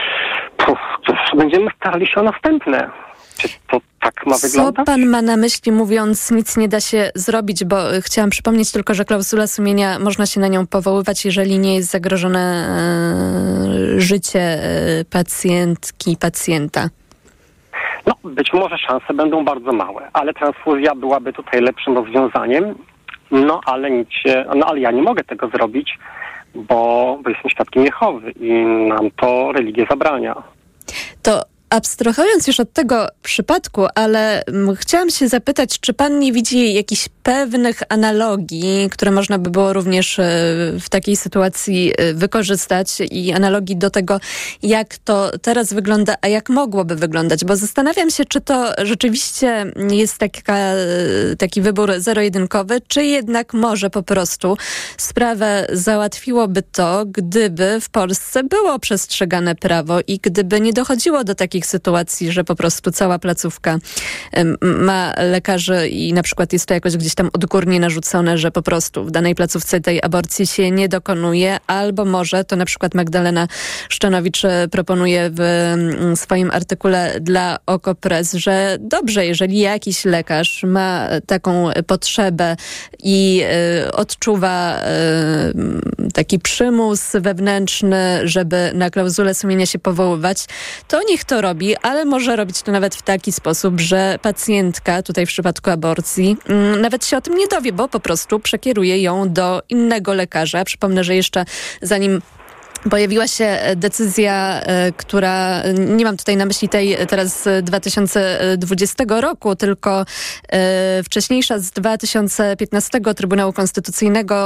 będziemy starali się o następne. Czy to tak ma wyglądać? Co pan ma na myśli, mówiąc nic nie da się zrobić? Bo chciałam przypomnieć tylko, że klauzula sumienia, można się na nią powoływać, jeżeli nie jest zagrożone życie pacjentki, pacjenta. No, być może szanse będą bardzo małe, ale transfuzja byłaby tutaj lepszym rozwiązaniem. No, ale ja nie mogę tego zrobić, bo jestem świadkiem Jehowy i nam to religia zabrania. To abstrahując już od tego przypadku, ale chciałam się zapytać, czy pan nie widzi jakichś pewnych analogii, które można by było również w takiej sytuacji wykorzystać i analogii do tego, jak to teraz wygląda, a jak mogłoby wyglądać, bo zastanawiam się, czy to rzeczywiście jest taki wybór zero-jedynkowy, czy jednak może po prostu sprawę załatwiłoby to, gdyby w Polsce było przestrzegane prawo i gdyby nie dochodziło do takich sytuacji, że po prostu cała placówka ma lekarzy i na przykład jest to jakoś gdzieś tam odgórnie narzucone, że po prostu w danej placówce tej aborcji się nie dokonuje, albo może, to na przykład Magdalena Szczanowicz proponuje w swoim artykule dla OKO.press, że dobrze, jeżeli jakiś lekarz ma taką potrzebę i odczuwa taki przymus wewnętrzny, żeby na klauzulę sumienia się powoływać, to niech to robi, ale może robić to nawet w taki sposób, że pacjentka, tutaj w przypadku aborcji, nawet się o tym nie dowie, bo po prostu przekieruje ją do innego lekarza. Przypomnę, że jeszcze zanim pojawiła się decyzja, która, nie mam tutaj na myśli tej teraz 2020 roku, tylko wcześniejsza z 2015 Trybunału Konstytucyjnego,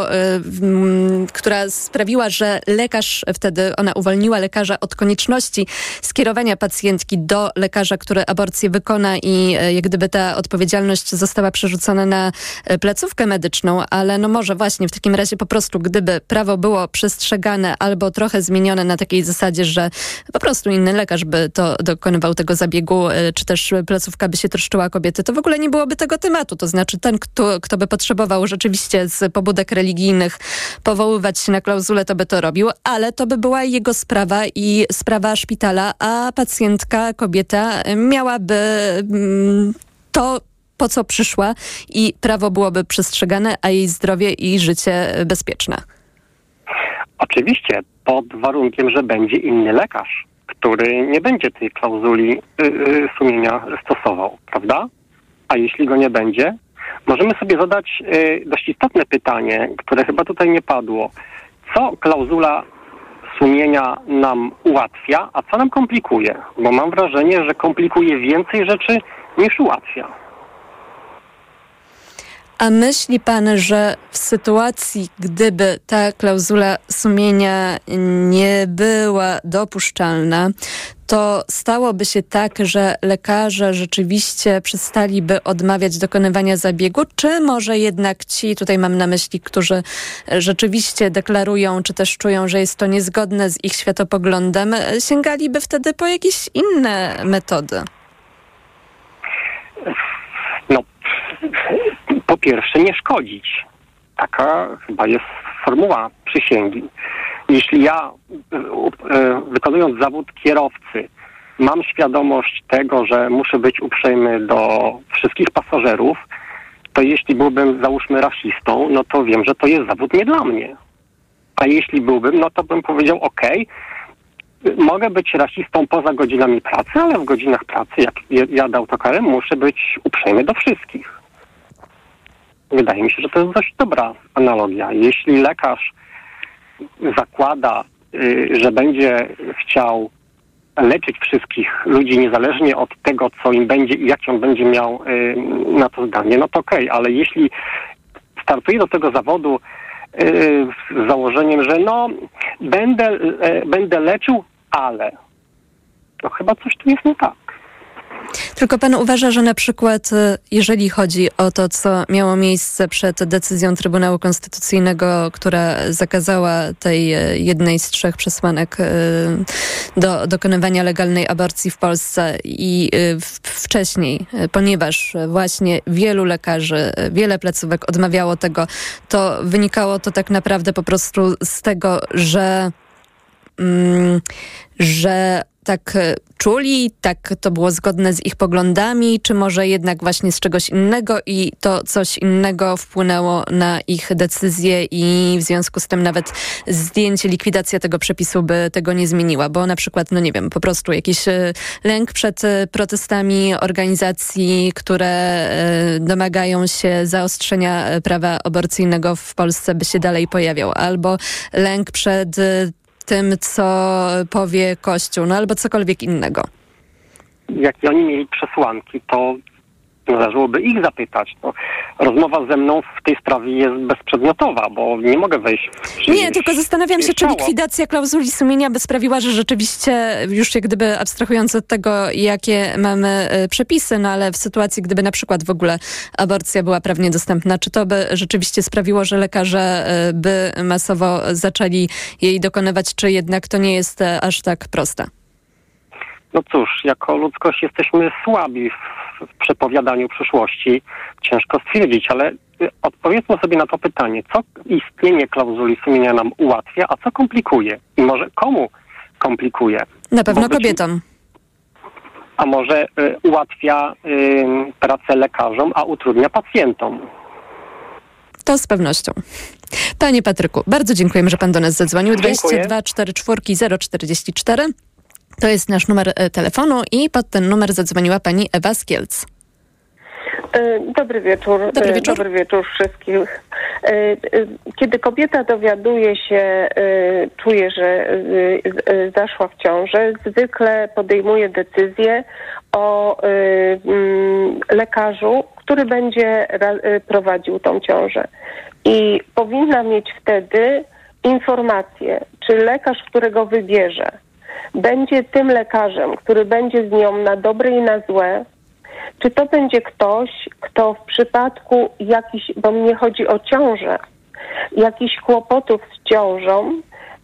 która sprawiła, że lekarz, wtedy ona uwolniła lekarza od konieczności skierowania pacjentki do lekarza, który aborcję wykona i jak gdyby ta odpowiedzialność została przerzucona na placówkę medyczną, ale no może właśnie w takim razie po prostu, gdyby prawo było przestrzegane albo trochę zmienione na takiej zasadzie, że po prostu inny lekarz by dokonywał tego zabiegu, czy też placówka by się troszczyła o kobiety, to w ogóle nie byłoby tego tematu. To znaczy ten, kto by potrzebował rzeczywiście z pobudek religijnych powoływać się na klauzulę, to by to robił, ale to by była jego sprawa i sprawa szpitala, a pacjentka, kobieta miałaby to, po co przyszła i prawo byłoby przestrzegane, a jej zdrowie i życie bezpieczne. Oczywiście, pod warunkiem, że będzie inny lekarz, który nie będzie tej klauzuli sumienia stosował, prawda? A jeśli go nie będzie, możemy sobie zadać dość istotne pytanie, które chyba tutaj nie padło. Co klauzula sumienia nam ułatwia, a co nam komplikuje? Bo mam wrażenie, że komplikuje więcej rzeczy niż ułatwia. A myśli pan, że w sytuacji, gdyby ta klauzula sumienia nie była dopuszczalna, to stałoby się tak, że lekarze rzeczywiście przestaliby odmawiać dokonywania zabiegu, czy może jednak ci, tutaj mam na myśli, którzy rzeczywiście deklarują, czy też czują, że jest to niezgodne z ich światopoglądem, sięgaliby wtedy po jakieś inne metody? No, po pierwsze nie szkodzić. Taka chyba jest formuła przysięgi. Jeśli ja, wykonując zawód kierowcy, mam świadomość tego, że muszę być uprzejmy do wszystkich pasażerów, to jeśli byłbym, załóżmy, rasistą, no to wiem, że to jest zawód nie dla mnie. A jeśli byłbym, no to bym powiedział, okej, mogę być rasistą poza godzinami pracy, ale w godzinach pracy, jak jadę autokarem, muszę być uprzejmy do wszystkich. Wydaje mi się, że to jest dość dobra analogia. Jeśli lekarz zakłada, że będzie chciał leczyć wszystkich ludzi niezależnie od tego, co im będzie i jakie on będzie miał na to zdanie, no to okej, ale jeśli startuję do tego zawodu z założeniem, że no będę leczył, ale to chyba coś tu jest nie tak. Tylko pan uważa, że na przykład jeżeli chodzi o to, co miało miejsce przed decyzją Trybunału Konstytucyjnego, która zakazała tej jednej z 3 przesłanek do dokonywania legalnej aborcji w Polsce i wcześniej, ponieważ właśnie wielu lekarzy, wiele placówek odmawiało tego, to wynikało to tak naprawdę po prostu z tego, że tak czuli, tak to było zgodne z ich poglądami, czy może jednak właśnie z czegoś innego i to coś innego wpłynęło na ich decyzje i w związku z tym nawet zdjęcie, likwidacja tego przepisu by tego nie zmieniła, bo na przykład, no nie wiem, po prostu jakiś lęk przed protestami organizacji, które domagają się zaostrzenia prawa aborcyjnego w Polsce by się dalej pojawiał, albo lęk przed tym, co powie Kościół, no albo cokolwiek innego. Jakie oni mieli przesłanki, to należałoby ich zapytać. No, rozmowa ze mną w tej sprawie jest bezprzedmiotowa, bo nie mogę wejść w Nie, tylko zastanawiam się, czy likwidacja klauzuli sumienia by sprawiła, że rzeczywiście, już jak gdyby abstrahując od tego, jakie mamy przepisy, no ale w sytuacji, gdyby na przykład w ogóle aborcja była prawnie dostępna, czy to by rzeczywiście sprawiło, że lekarze by masowo zaczęli jej dokonywać, czy jednak to nie jest aż tak proste? No cóż, jako ludzkość jesteśmy słabi w przepowiadaniu przyszłości. Ciężko stwierdzić, ale odpowiedzmy sobie na to pytanie, co istnienie klauzuli sumienia nam ułatwia, a co komplikuje? I może komu komplikuje? Na pewno kobietom. A może ułatwia pracę lekarzom, a utrudnia pacjentom? To z pewnością. Panie Patryku, bardzo dziękujemy, że pan do nas zadzwonił. 22 44 044. To jest nasz numer telefonu i pod ten numer zadzwoniła pani Ewa z Kielc. Dobry wieczór. Dobry wieczór wszystkich. Kiedy kobieta dowiaduje się, czuje, że zaszła w ciążę, zwykle podejmuje decyzję o lekarzu, który będzie prowadził tą ciążę. I powinna mieć wtedy informację, czy lekarz, którego wybierze, będzie tym lekarzem, który będzie z nią na dobre i na złe, czy to będzie ktoś, kto w przypadku jakichś, bo mnie chodzi o ciążę, jakichś kłopotów z ciążą,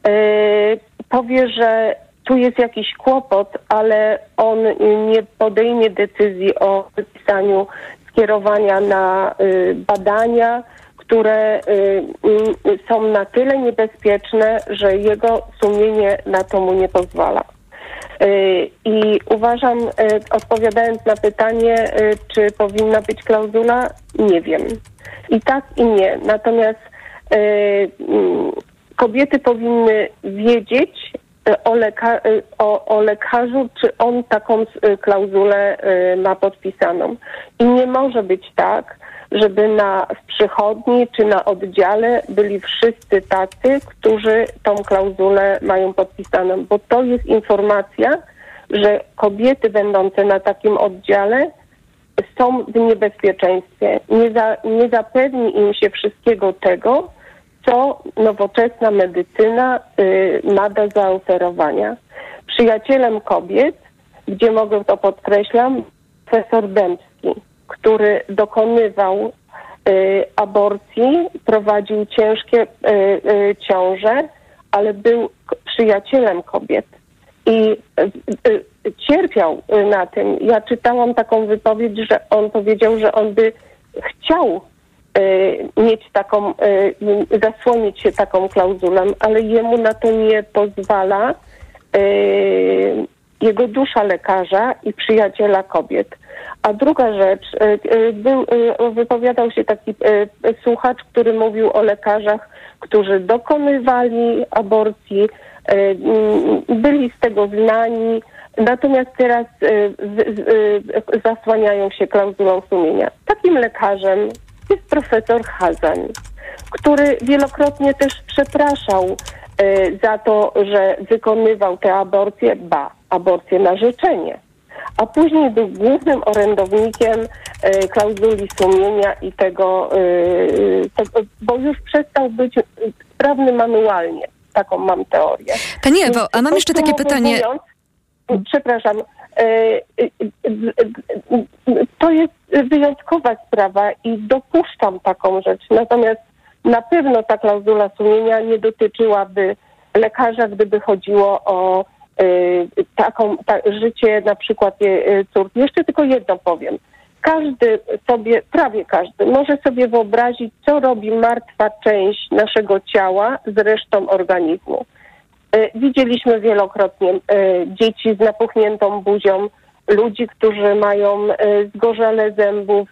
powie, że tu jest jakiś kłopot, ale on nie podejmie decyzji o wypisaniu skierowania na badania, które są na tyle niebezpieczne, że jego sumienie na to mu nie pozwala. I uważam, odpowiadając na pytanie, czy powinna być klauzula, nie wiem. I tak, i nie. Natomiast kobiety powinny wiedzieć o lekarzu, czy on taką klauzulę ma podpisaną. I nie może być tak, żeby w przychodni czy na oddziale byli wszyscy tacy, którzy tą klauzulę mają podpisaną, bo to jest informacja, że kobiety będące na takim oddziale są w niebezpieczeństwie. Nie zapewni im się wszystkiego tego, co nowoczesna medycyna ma do zaoferowania. Przyjacielem kobiet, gdzie mogę to podkreślam, profesor Dębski, który dokonywał aborcji, prowadził ciężkie ciąże, ale był przyjacielem kobiet i cierpiał na tym. Ja czytałam taką wypowiedź, że on powiedział, że on by chciał mieć taką, zasłonić się taką klauzulą, ale jemu na to nie pozwala jego dusza lekarza i przyjaciela kobiet. A druga rzecz, wypowiadał się taki słuchacz, który mówił o lekarzach, którzy dokonywali aborcji, byli z tego znani, natomiast teraz zasłaniają się klauzulą sumienia. Takim lekarzem jest profesor Hazań, który wielokrotnie też przepraszał za to, że wykonywał te aborcje, aborcję na życzenie. A później był głównym orędownikiem klauzuli sumienia i tego, bo już przestał być sprawny manualnie. Taką mam teorię. Pani Ewo, a mam jeszcze takie pytanie. Przepraszam. To jest wyjątkowa sprawa i dopuszczam taką rzecz. Natomiast na pewno ta klauzula sumienia nie dotyczyłaby lekarza, gdyby chodziło o życie na przykład córki. Jeszcze tylko jedno powiem. Prawie każdy może sobie wyobrazić, co robi martwa część naszego ciała z resztą organizmu. Widzieliśmy wielokrotnie dzieci z napuchniętą buzią, ludzi, którzy mają zgorzałe zębów,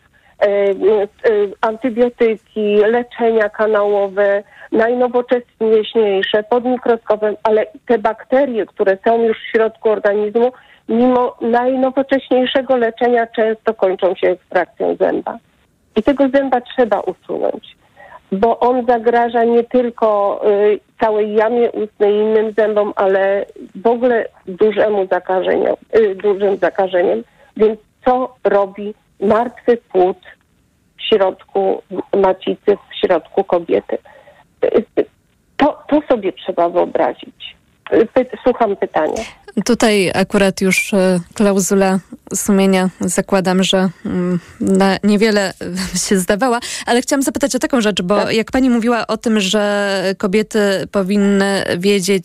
antybiotyki, leczenia kanałowe, najnowocześniejsze, pod mikroskopem, ale te bakterie, które są już w środku organizmu, mimo najnowocześniejszego leczenia często kończą się ekstrakcją zęba. I tego zęba trzeba usunąć, bo on zagraża nie tylko całej jamie ustnej i innym zębom, ale w ogóle dużym zakażeniem. Więc co robi martwy płód w środku macicy, w środku kobiety? To sobie trzeba wyobrazić. Słucham pytania. Tutaj akurat już klauzula sumienia zakładam, że na niewiele się zdawała, ale chciałam zapytać o taką rzecz, bo jak pani mówiła o tym, że kobiety powinny wiedzieć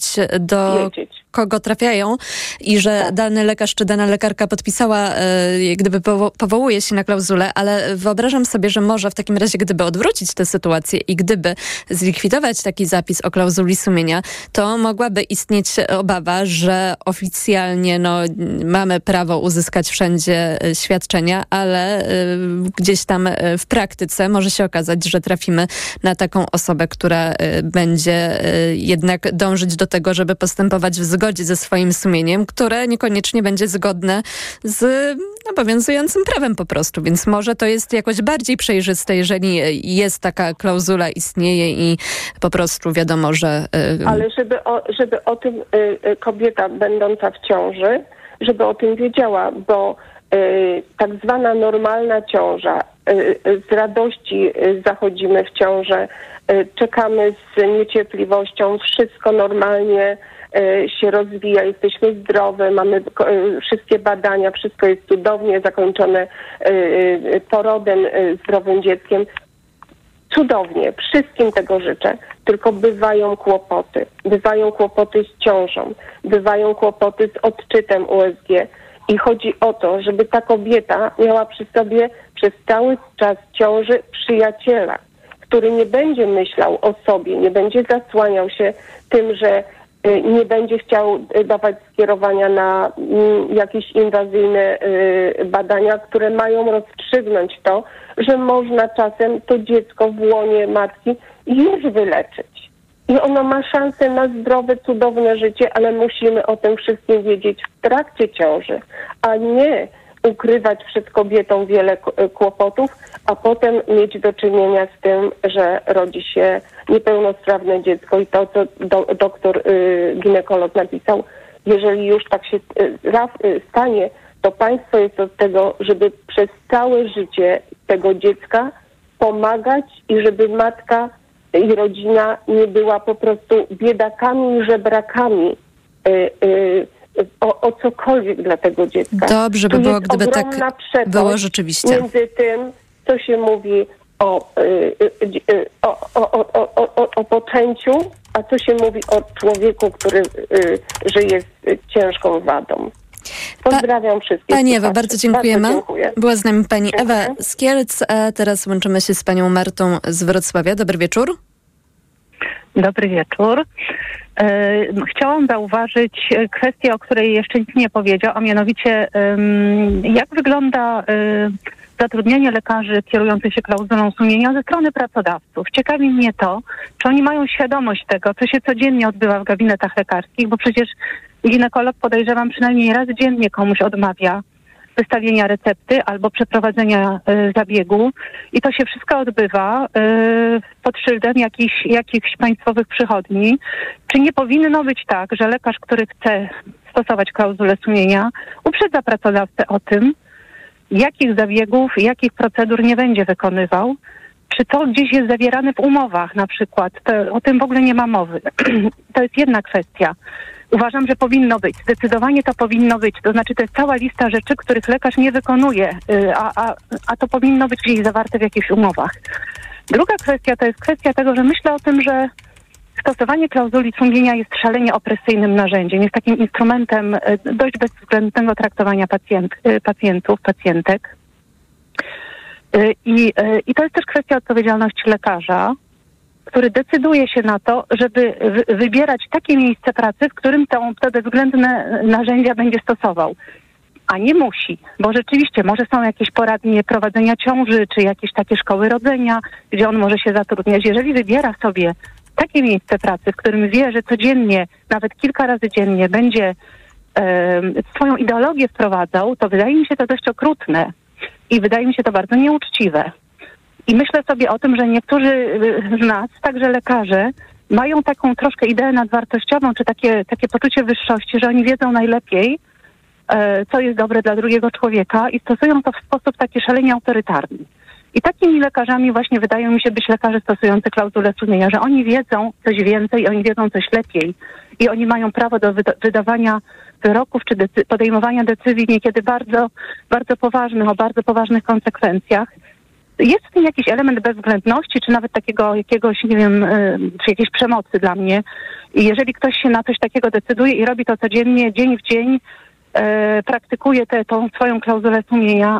kogo trafiają i że dany lekarz czy dana lekarka podpisała, gdyby powołuje się na klauzulę, ale wyobrażam sobie, że może w takim razie, gdyby odwrócić tę sytuację i gdyby zlikwidować taki zapis o klauzuli sumienia, to mogłaby istnieć obawa, że oficjalnie mamy prawo uzyskać wszędzie świadczenia, ale gdzieś tam w praktyce może się okazać, że trafimy na taką osobę, która będzie jednak dążyć do tego, żeby postępować w zgodzie ze swoim sumieniem, które niekoniecznie będzie zgodne z obowiązującym prawem po prostu. Więc może to jest jakoś bardziej przejrzyste, jeżeli jest taka klauzula, istnieje i po prostu wiadomo, że... Ale żeby o tym kobieta będąca w ciąży, żeby o tym wiedziała, bo tak zwana normalna ciąża, z radości zachodzimy w ciążę, czekamy z niecierpliwością, wszystko normalnie się rozwija, jesteśmy zdrowe, mamy wszystkie badania, wszystko jest cudownie zakończone porodem, zdrowym dzieckiem. Cudownie, wszystkim tego życzę, tylko bywają kłopoty. Bywają kłopoty z ciążą, bywają kłopoty z odczytem USG i chodzi o to, żeby ta kobieta miała przy sobie przez cały czas ciąży przyjaciela, który nie będzie myślał o sobie, nie będzie zasłaniał się tym, że nie będzie chciał dawać skierowania na jakieś inwazyjne badania, które mają rozstrzygnąć to, że można czasem to dziecko w łonie matki już wyleczyć. I ono ma szansę na zdrowe, cudowne życie, ale musimy o tym wszystkim wiedzieć w trakcie ciąży, a nie ukrywać przed kobietą wiele kłopotów, a potem mieć do czynienia z tym, że rodzi się niepełnosprawne dziecko. I to, co doktor ginekolog napisał, jeżeli już tak się raz stanie, to państwo jest od tego, żeby przez całe życie tego dziecka pomagać i żeby matka i rodzina nie była po prostu biedakami i żebrakami o cokolwiek dla tego dziecka. Dobrze by było, gdyby tak było rzeczywiście. Między tym, co się mówi o poczęciu, a co się mówi o człowieku, który żyje z ciężką wadą. Pozdrawiam wszystkich. Pani Ewa, bardzo dziękujemy. Bardzo dziękuję. Była z nami pani Ewa z Kielc, a teraz łączymy się z panią Martą z Wrocławia. Dobry wieczór. Dobry wieczór. Chciałam zauważyć kwestię, o której jeszcze nikt nie powiedział, a mianowicie jak wygląda zatrudnienie lekarzy kierujących się klauzulą sumienia ze strony pracodawców. Ciekawi mnie to, czy oni mają świadomość tego, co się codziennie odbywa w gabinetach lekarskich, bo przecież ginekolog, podejrzewam, przynajmniej raz dziennie komuś odmawia wystawienia recepty albo przeprowadzenia zabiegu i to się wszystko odbywa pod szyldem jakichś państwowych przychodni. Czy nie powinno być tak, że lekarz, który chce stosować klauzulę sumienia, uprzedza pracodawcę o tym, jakich zabiegów, jakich procedur nie będzie wykonywał, czy to gdzieś jest zawierane w umowach na przykład. O tym w ogóle nie ma mowy. To jest jedna kwestia. Uważam, że powinno być. Zdecydowanie to powinno być. To znaczy to jest cała lista rzeczy, których lekarz nie wykonuje, a to powinno być gdzieś zawarte w jakichś umowach. Druga kwestia to jest kwestia tego, że myślę o tym, że stosowanie klauzuli sumienia jest szalenie opresyjnym narzędziem. Jest takim instrumentem dość bezwzględnego traktowania pacjentów, pacjentek. I to jest też kwestia odpowiedzialności lekarza, który decyduje się na to, żeby wybierać takie miejsce pracy, w którym te bezwzględne narzędzia będzie stosował. A nie musi, bo rzeczywiście może są jakieś poradnie prowadzenia ciąży, czy jakieś takie szkoły rodzenia, gdzie on może się zatrudniać. Jeżeli wybiera sobie takie miejsce pracy, w którym wie, że codziennie, nawet kilka razy dziennie będzie swoją ideologię wprowadzał, to wydaje mi się to dość okrutne i wydaje mi się to bardzo nieuczciwe. I myślę sobie o tym, że niektórzy z nas, także lekarze, mają taką troszkę ideę nadwartościową, czy takie poczucie wyższości, że oni wiedzą najlepiej, co jest dobre dla drugiego człowieka i stosują to w sposób taki szalenie autorytarny. I takimi lekarzami właśnie wydają mi się być lekarze stosujący klauzulę sumienia, że oni wiedzą coś więcej, oni wiedzą coś lepiej i oni mają prawo do wydawania wyroków czy podejmowania decyzji niekiedy bardzo, bardzo poważnych, o bardzo poważnych konsekwencjach. Jest w tym jakiś element bezwzględności, czy nawet takiego jakiegoś, nie wiem, czy jakiejś przemocy dla mnie. I jeżeli ktoś się na coś takiego decyduje i robi to codziennie, dzień w dzień, praktykuje tą swoją klauzulę sumienia,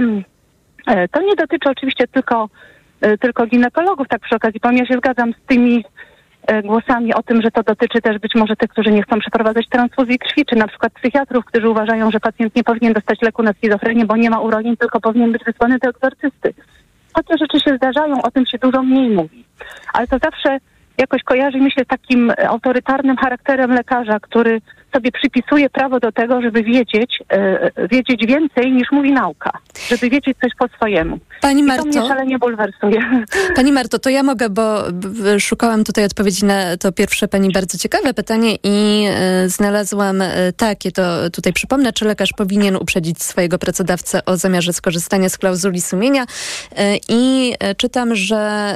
to nie dotyczy oczywiście tylko ginekologów, tak przy okazji, powiem, ja się zgadzam z tymi głosami o tym, że to dotyczy też być może tych, którzy nie chcą przeprowadzać transfuzji krwi, czy na przykład psychiatrów, którzy uważają, że pacjent nie powinien dostać leku na schizofrenię, bo nie ma urodzin, tylko powinien być wysłany do egzorcysty. Takie rzeczy się zdarzają, o tym się dużo mniej mówi. Ale to zawsze jakoś kojarzy mi się z takim autorytarnym charakterem lekarza, który sobie przypisuje prawo do tego, żeby wiedzieć więcej niż mówi nauka. Żeby wiedzieć coś po swojemu. Pani Marto, to mnie szalenie bulwersuje. Pani Marto, to ja mogę, bo szukałam tutaj odpowiedzi na to pierwsze pani bardzo ciekawe pytanie i znalazłam takie, to tutaj przypomnę, czy lekarz powinien uprzedzić swojego pracodawcę o zamiarze skorzystania z klauzuli sumienia i czytam, że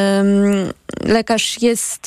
lekarz jest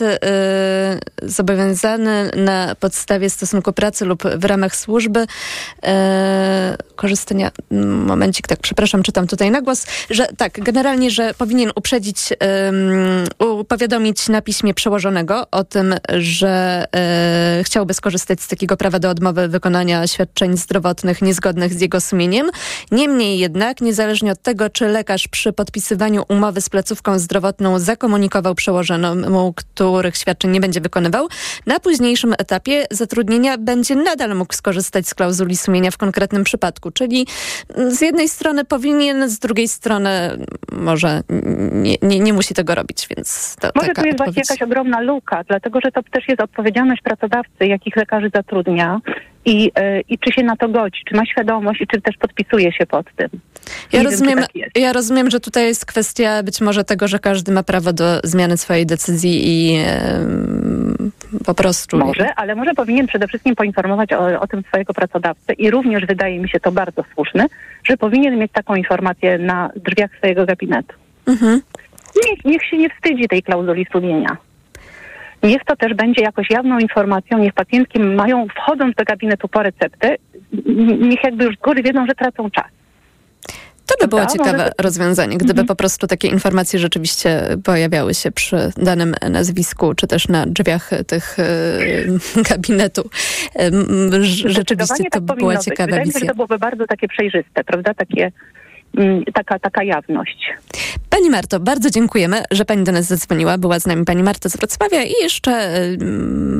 zobowiązany na podstawie stosunku pracy lub w ramach służby korzystania, momencik, tak, przepraszam, czytam tutaj na głos, że tak, generalnie, że powinien uprzedzić, powiadomić na piśmie przełożonego o tym, że chciałby skorzystać z takiego prawa do odmowy wykonania świadczeń zdrowotnych niezgodnych z jego sumieniem. Niemniej jednak, niezależnie od tego, czy lekarz przy podpisywaniu umowy z placówką zdrowotną zakomunikował przełożonemu, których świadczeń nie będzie wykonywał, na późniejszym etapie zatrudnienia będzie nadal mógł skorzystać z klauzuli sumienia w konkretnym przypadku. Czyli z jednej strony powinien, z drugiej strony może nie musi tego robić, więc to może taka tu jest odpowiedź. właśnie jakaś ogromna luka, dlatego że to też jest odpowiedzialność pracodawcy, jakich lekarzy zatrudnia i czy się na to godzi, czy ma świadomość i czy też podpisuje się pod tym. Ja rozumiem, że tutaj jest kwestia być może tego, że każdy ma prawo do zmiany swojej decyzji i po prostu... Może, ale może powinien przede wszystkim poinformować o tym swojego pracodawcę i również wydaje mi się to bardzo słuszne, że powinien mieć taką informację na drzwiach swojego gabinetu. Mhm. Niech się nie wstydzi tej klauzuli sumienia. Niech to też będzie jakoś jawną informacją, niech pacjentki mają, wchodząc do gabinetu po receptę, niech jakby już z góry wiedzą, że tracą czas. To by było ciekawe rozwiązanie, gdyby po prostu takie informacje rzeczywiście pojawiały się przy danym nazwisku, czy też na drzwiach tych gabinetu. Rzeczywiście to by była ciekawa Wydaje mi się, wizja. że to byłoby bardzo takie przejrzyste, prawda? Taka jawność. Pani Marto, bardzo dziękujemy, że pani do nas zadzwoniła. Była z nami pani Marta z Wrocławia i jeszcze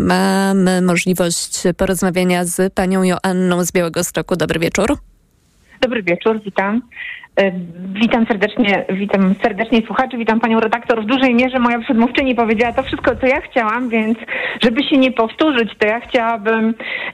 mamy możliwość porozmawiania z panią Joanną z Białegostoku. Dobry wieczór. Dobry wieczór, witam. Witam serdecznie słuchaczy, witam panią redaktor. W dużej mierze moja przedmówczyni powiedziała to wszystko, co ja chciałam, więc żeby się nie powtórzyć, to ja chciałabym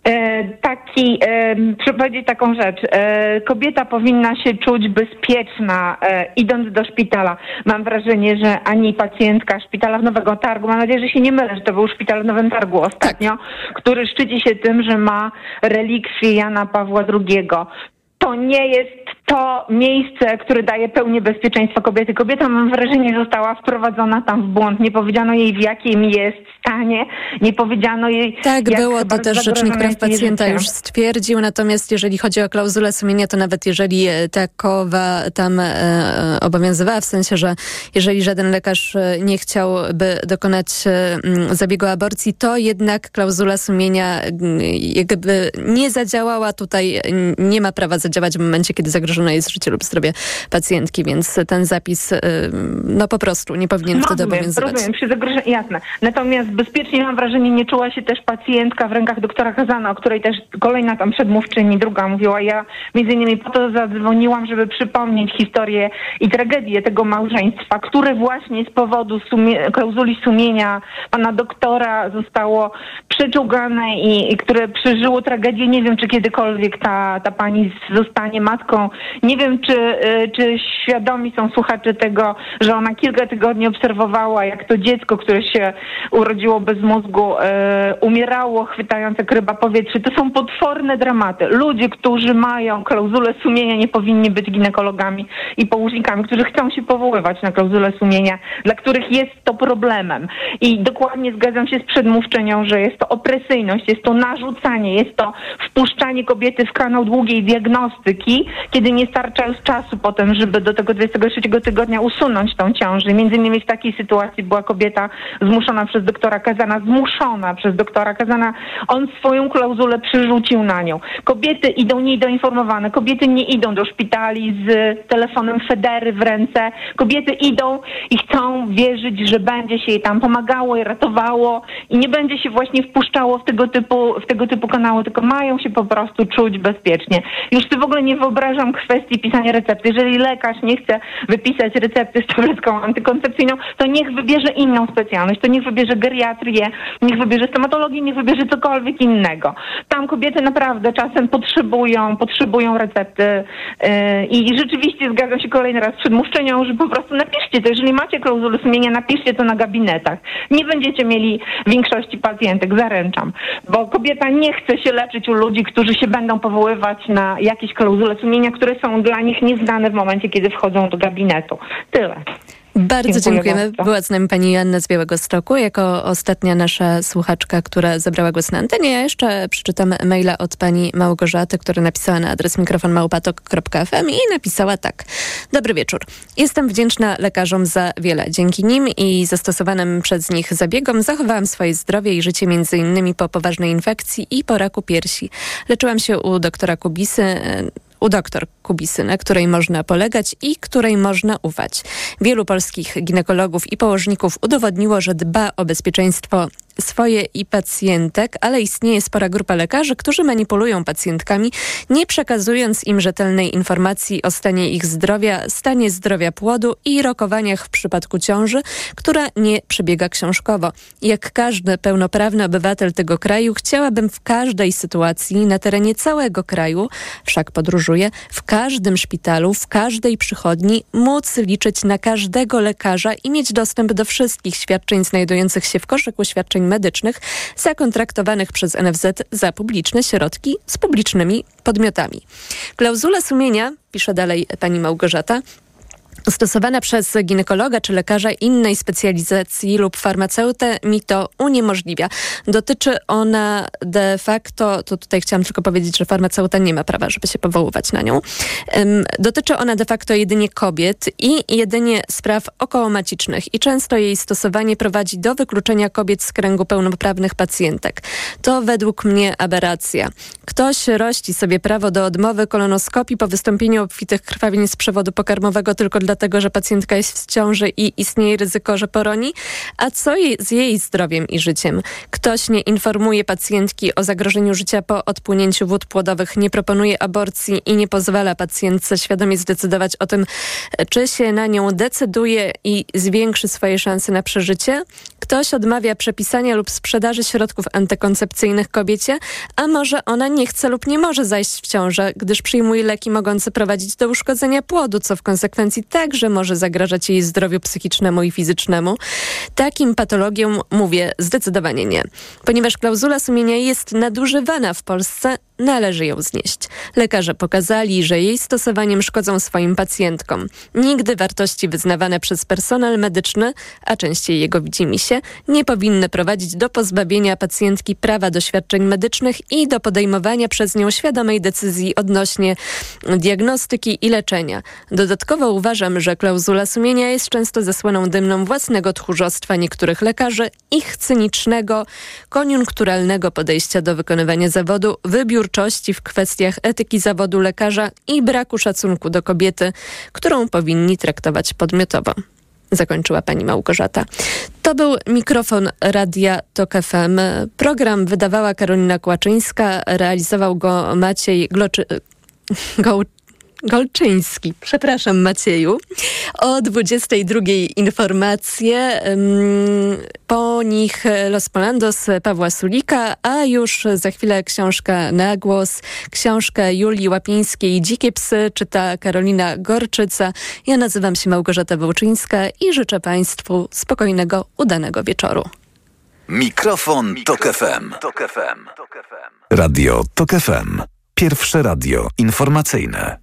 powiedzieć taką rzecz. Kobieta powinna się czuć bezpieczna, idąc do szpitala. Mam wrażenie, że ani pacjentka szpitala w Nowego Targu, mam nadzieję, że się nie mylę, że to był szpital w Nowym Targu ostatnio, który szczyci się tym, że ma relikwie Jana Pawła II. To nie jest to miejsce, które daje pełnię bezpieczeństwa kobiety. Kobieta, mam wrażenie, została wprowadzona tam w błąd. Nie powiedziano jej, w jakim jest stanie. Nie powiedziano jej... Tak było, to też Rzecznik Praw Pacjenta już stwierdził. Natomiast jeżeli chodzi o klauzulę sumienia, to nawet jeżeli takowa tam obowiązywała, w sensie, że jeżeli żaden lekarz nie chciałby dokonać zabiegu aborcji, to jednak klauzula sumienia jakby nie zadziałała. Tutaj nie ma prawa zadziałać w momencie, kiedy zagrożone jest życie lub zdrowie pacjentki, więc ten zapis po prostu nie powinien wtedy obowiązywać. Rozumiem, przy zagrożeniu, jasne. Natomiast bezpiecznie, mam wrażenie, nie czuła się też pacjentka w rękach doktora Kazana, o której też kolejna tam przedmówczyni, druga mówiła. Ja między innymi po to zadzwoniłam, żeby przypomnieć historię i tragedię tego małżeństwa, które właśnie z powodu klauzuli sumienia pana doktora zostało przeczołgane i które przeżyło tragedię. Nie wiem, czy kiedykolwiek ta pani zostanie matką. Nie wiem, czy świadomi są słuchacze tego, że ona kilka tygodni obserwowała, jak to dziecko, które się urodziło bez mózgu, umierało, chwytając jak ryba powietrze. To są potworne dramaty. Ludzie, którzy mają klauzulę sumienia, nie powinni być ginekologami i położnikami, którzy chcą się powoływać na klauzulę sumienia, dla których jest to problemem. I dokładnie zgadzam się z przedmówczynią, że jest to opresyjność, jest to narzucanie, jest to wpuszczanie kobiety w kanał długiej diagnostyki, kiedy nie starcza już czasu potem, żeby do tego 23 tygodnia usunąć tą ciążę. Między innymi w takiej sytuacji była kobieta zmuszona przez doktora Kazana. On swoją klauzulę przerzucił na nią. Kobiety idą niedoinformowane, kobiety nie idą do szpitali z telefonem Federy w ręce. Kobiety idą i chcą wierzyć, że będzie się jej tam pomagało i ratowało i nie będzie się właśnie wpuszczało w tego typu kanały, tylko mają się po prostu czuć bezpiecznie. Już w ogóle nie wyobrażam kwestii pisania recepty. Jeżeli lekarz nie chce wypisać recepty z tabletką antykoncepcyjną, to niech wybierze inną specjalność, to niech wybierze geriatrię, niech wybierze stomatologię, niech wybierze cokolwiek innego. Tam kobiety naprawdę czasem potrzebują recepty i rzeczywiście zgadzam się kolejny raz z przedmówczynią, że po prostu napiszcie to. Jeżeli macie klauzulę sumienia, napiszcie to na gabinetach. Nie będziecie mieli większości pacjentek, zaręczam. Bo kobieta nie chce się leczyć u ludzi, którzy się będą powoływać na jakieś klauzule sumienia, które są dla nich nieznane w momencie, kiedy wchodzą do gabinetu. Tyle. Bardzo dziękujemy. Była z nami pani Joanna z Białegostoku, jako ostatnia nasza słuchaczka, która zabrała głos na antenie. Ja jeszcze przeczytam maila od pani Małgorzaty, która napisała na adres mikrofonmałpatok.fm i napisała tak. Dobry wieczór. Jestem wdzięczna lekarzom za wiele. Dzięki nim i zastosowanym przez nich zabiegom zachowałam swoje zdrowie i życie m.in. po poważnej infekcji i po raku piersi. Leczyłam się u doktor Kubisy, na której można polegać i której można ufać. Wielu polskich ginekologów i położników udowodniło, że dba o bezpieczeństwo swoje i pacjentek, ale istnieje spora grupa lekarzy, którzy manipulują pacjentkami, nie przekazując im rzetelnej informacji o stanie ich zdrowia, stanie zdrowia płodu i rokowaniach w przypadku ciąży, która nie przebiega książkowo. Jak każdy pełnoprawny obywatel tego kraju, chciałabym w każdej sytuacji na terenie całego kraju, wszak podróżuję, w każdym szpitalu, w każdej przychodni móc liczyć na każdego lekarza i mieć dostęp do wszystkich świadczeń znajdujących się w koszyku świadczeń medycznych zakontraktowanych przez NFZ za publiczne środki z publicznymi podmiotami. Klauzula sumienia, pisze dalej pani Małgorzata, stosowana przez ginekologa czy lekarza innej specjalizacji lub farmaceutę mi to uniemożliwia. Dotyczy ona de facto, to tutaj chciałam tylko powiedzieć, że farmaceuta nie ma prawa, żeby się powoływać na nią. Dotyczy ona de facto jedynie kobiet i jedynie spraw okołomacicznych i często jej stosowanie prowadzi do wykluczenia kobiet z kręgu pełnoprawnych pacjentek. To według mnie aberracja. Ktoś rości sobie prawo do odmowy kolonoskopii po wystąpieniu obfitych krwawień z przewodu pokarmowego tylko dlatego, że pacjentka jest w ciąży i istnieje ryzyko, że poroni? A co z jej zdrowiem i życiem? Ktoś nie informuje pacjentki o zagrożeniu życia po odpłynięciu wód płodowych, nie proponuje aborcji i nie pozwala pacjentce świadomie zdecydować o tym, czy się na nią decyduje i zwiększy swoje szanse na przeżycie. Ktoś odmawia przepisania lub sprzedaży środków antykoncepcyjnych kobiecie, a może ona nie chce lub nie może zajść w ciążę, gdyż przyjmuje leki mogące prowadzić do uszkodzenia płodu, co w konsekwencji także może zagrażać jej zdrowiu psychicznemu i fizycznemu. Takim patologiom mówię zdecydowanie nie. Ponieważ klauzula sumienia jest nadużywana w Polsce, należy ją znieść. Lekarze pokazali, że jej stosowaniem szkodzą swoim pacjentkom. Nigdy wartości wyznawane przez personel medyczny, a częściej jego widzimisię, nie powinny prowadzić do pozbawienia pacjentki prawa do świadczeń medycznych i do podejmowania przez nią świadomej decyzji odnośnie diagnostyki i leczenia. Dodatkowo uważam, że klauzula sumienia jest często zasłoną dymną własnego tchórzostwa niektórych lekarzy, ich cynicznego, koniunkturalnego podejścia do wykonywania zawodu, wybiórczości w kwestiach etyki zawodu lekarza i braku szacunku do kobiety, którą powinni traktować podmiotowo. Zakończyła pani Małgorzata. To był mikrofon Radia TOK FM. Program wydawała Karolina Kłaczyńska, realizował go Maciej Golczyński. Przepraszam, Macieju. O 22 informacje, po nich Los Polandos Pawła Sulika, a już za chwilę książka na głos. Książkę Julii Łapińskiej Dzikie psy czyta Karolina Gorczyca. Ja nazywam się Małgorzata Wołczyńska i życzę Państwu spokojnego, udanego wieczoru. Mikrofon Tok FM. Radio Tok FM. Pierwsze radio informacyjne.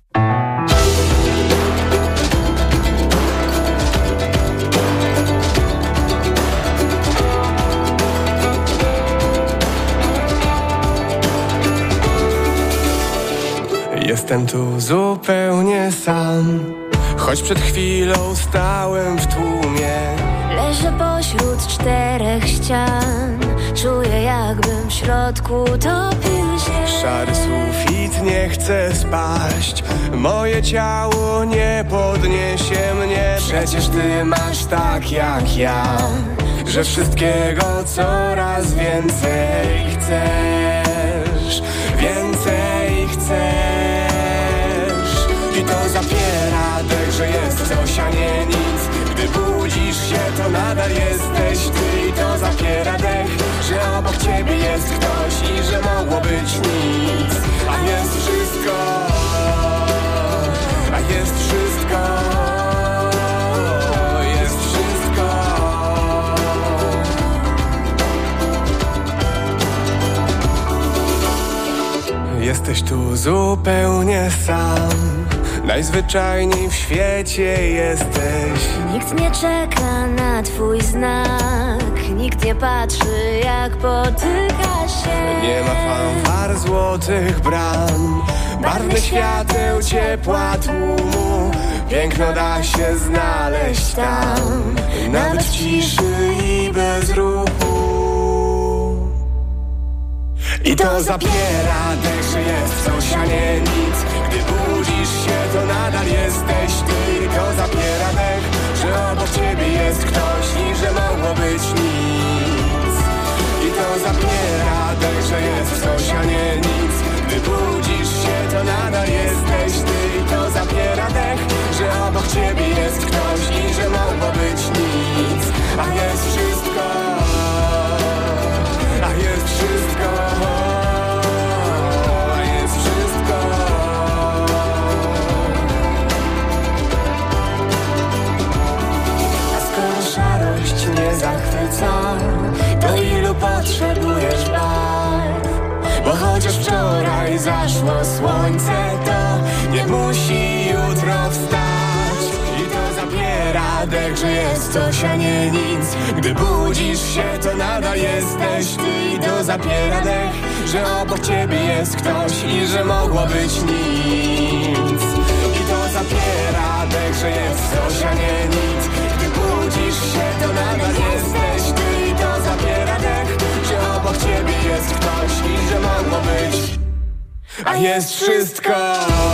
Jestem tu zupełnie sam, choć przed chwilą stałem w tłumie. Leżę pośród czterech ścian, czuję jakbym w środku topił się. Szary sufit nie chce spaść, moje ciało nie podniesie mnie. Przecież ty masz tak jak ja, że wszystkiego coraz więcej chcesz. Więcej chcesz. I to zapiera dech, że jest coś, a nie nic. Gdy budzisz się, to nadal jesteś ty. I to zapiera dech, że obok ciebie jest ktoś i że mogło być nic. A jest wszystko, a jest wszystko, jest wszystko. Jesteś tu zupełnie sam, najzwyczajniej w świecie jesteś. Nikt nie czeka na twój znak, nikt nie patrzy jak potyka się. Nie ma fanfar złotych bram, barwnych świateł, ciepła tłumu. Piękno da się znaleźć tam, nawet w ciszy i bez ruchu. I to zapiera dech, że jest coś, a nie nic. Gdy budzisz się, to nadal jesteś ty. I to zapiera dech, że obok ciebie jest ktoś i że mogło być nic. I to zapiera dech, że jest coś, a nie nic. Gdy budzisz się, to nadal jesteś ty. I to zapiera dech, że obok ciebie jest ktoś i że mogło być nic. A jest wszystko, a jest wszystko. Nie zachwyca, to ilu potrzebujesz barw? Bo chociaż wczoraj zaszło słońce, to nie musi jutro wstać. I to zapiera dech, że jest coś, a nie nic. Gdy budzisz się, to nadal jesteś ty. I to zapiera dech, że obok ciebie jest ktoś i że mogło być nic. I to zapiera dech, że jest coś, a nie nic. Budzisz się, to nadal jesteś ty. I to zapiera dech, że obok ciebie jest ktoś i że mogło być. A jest wszystko.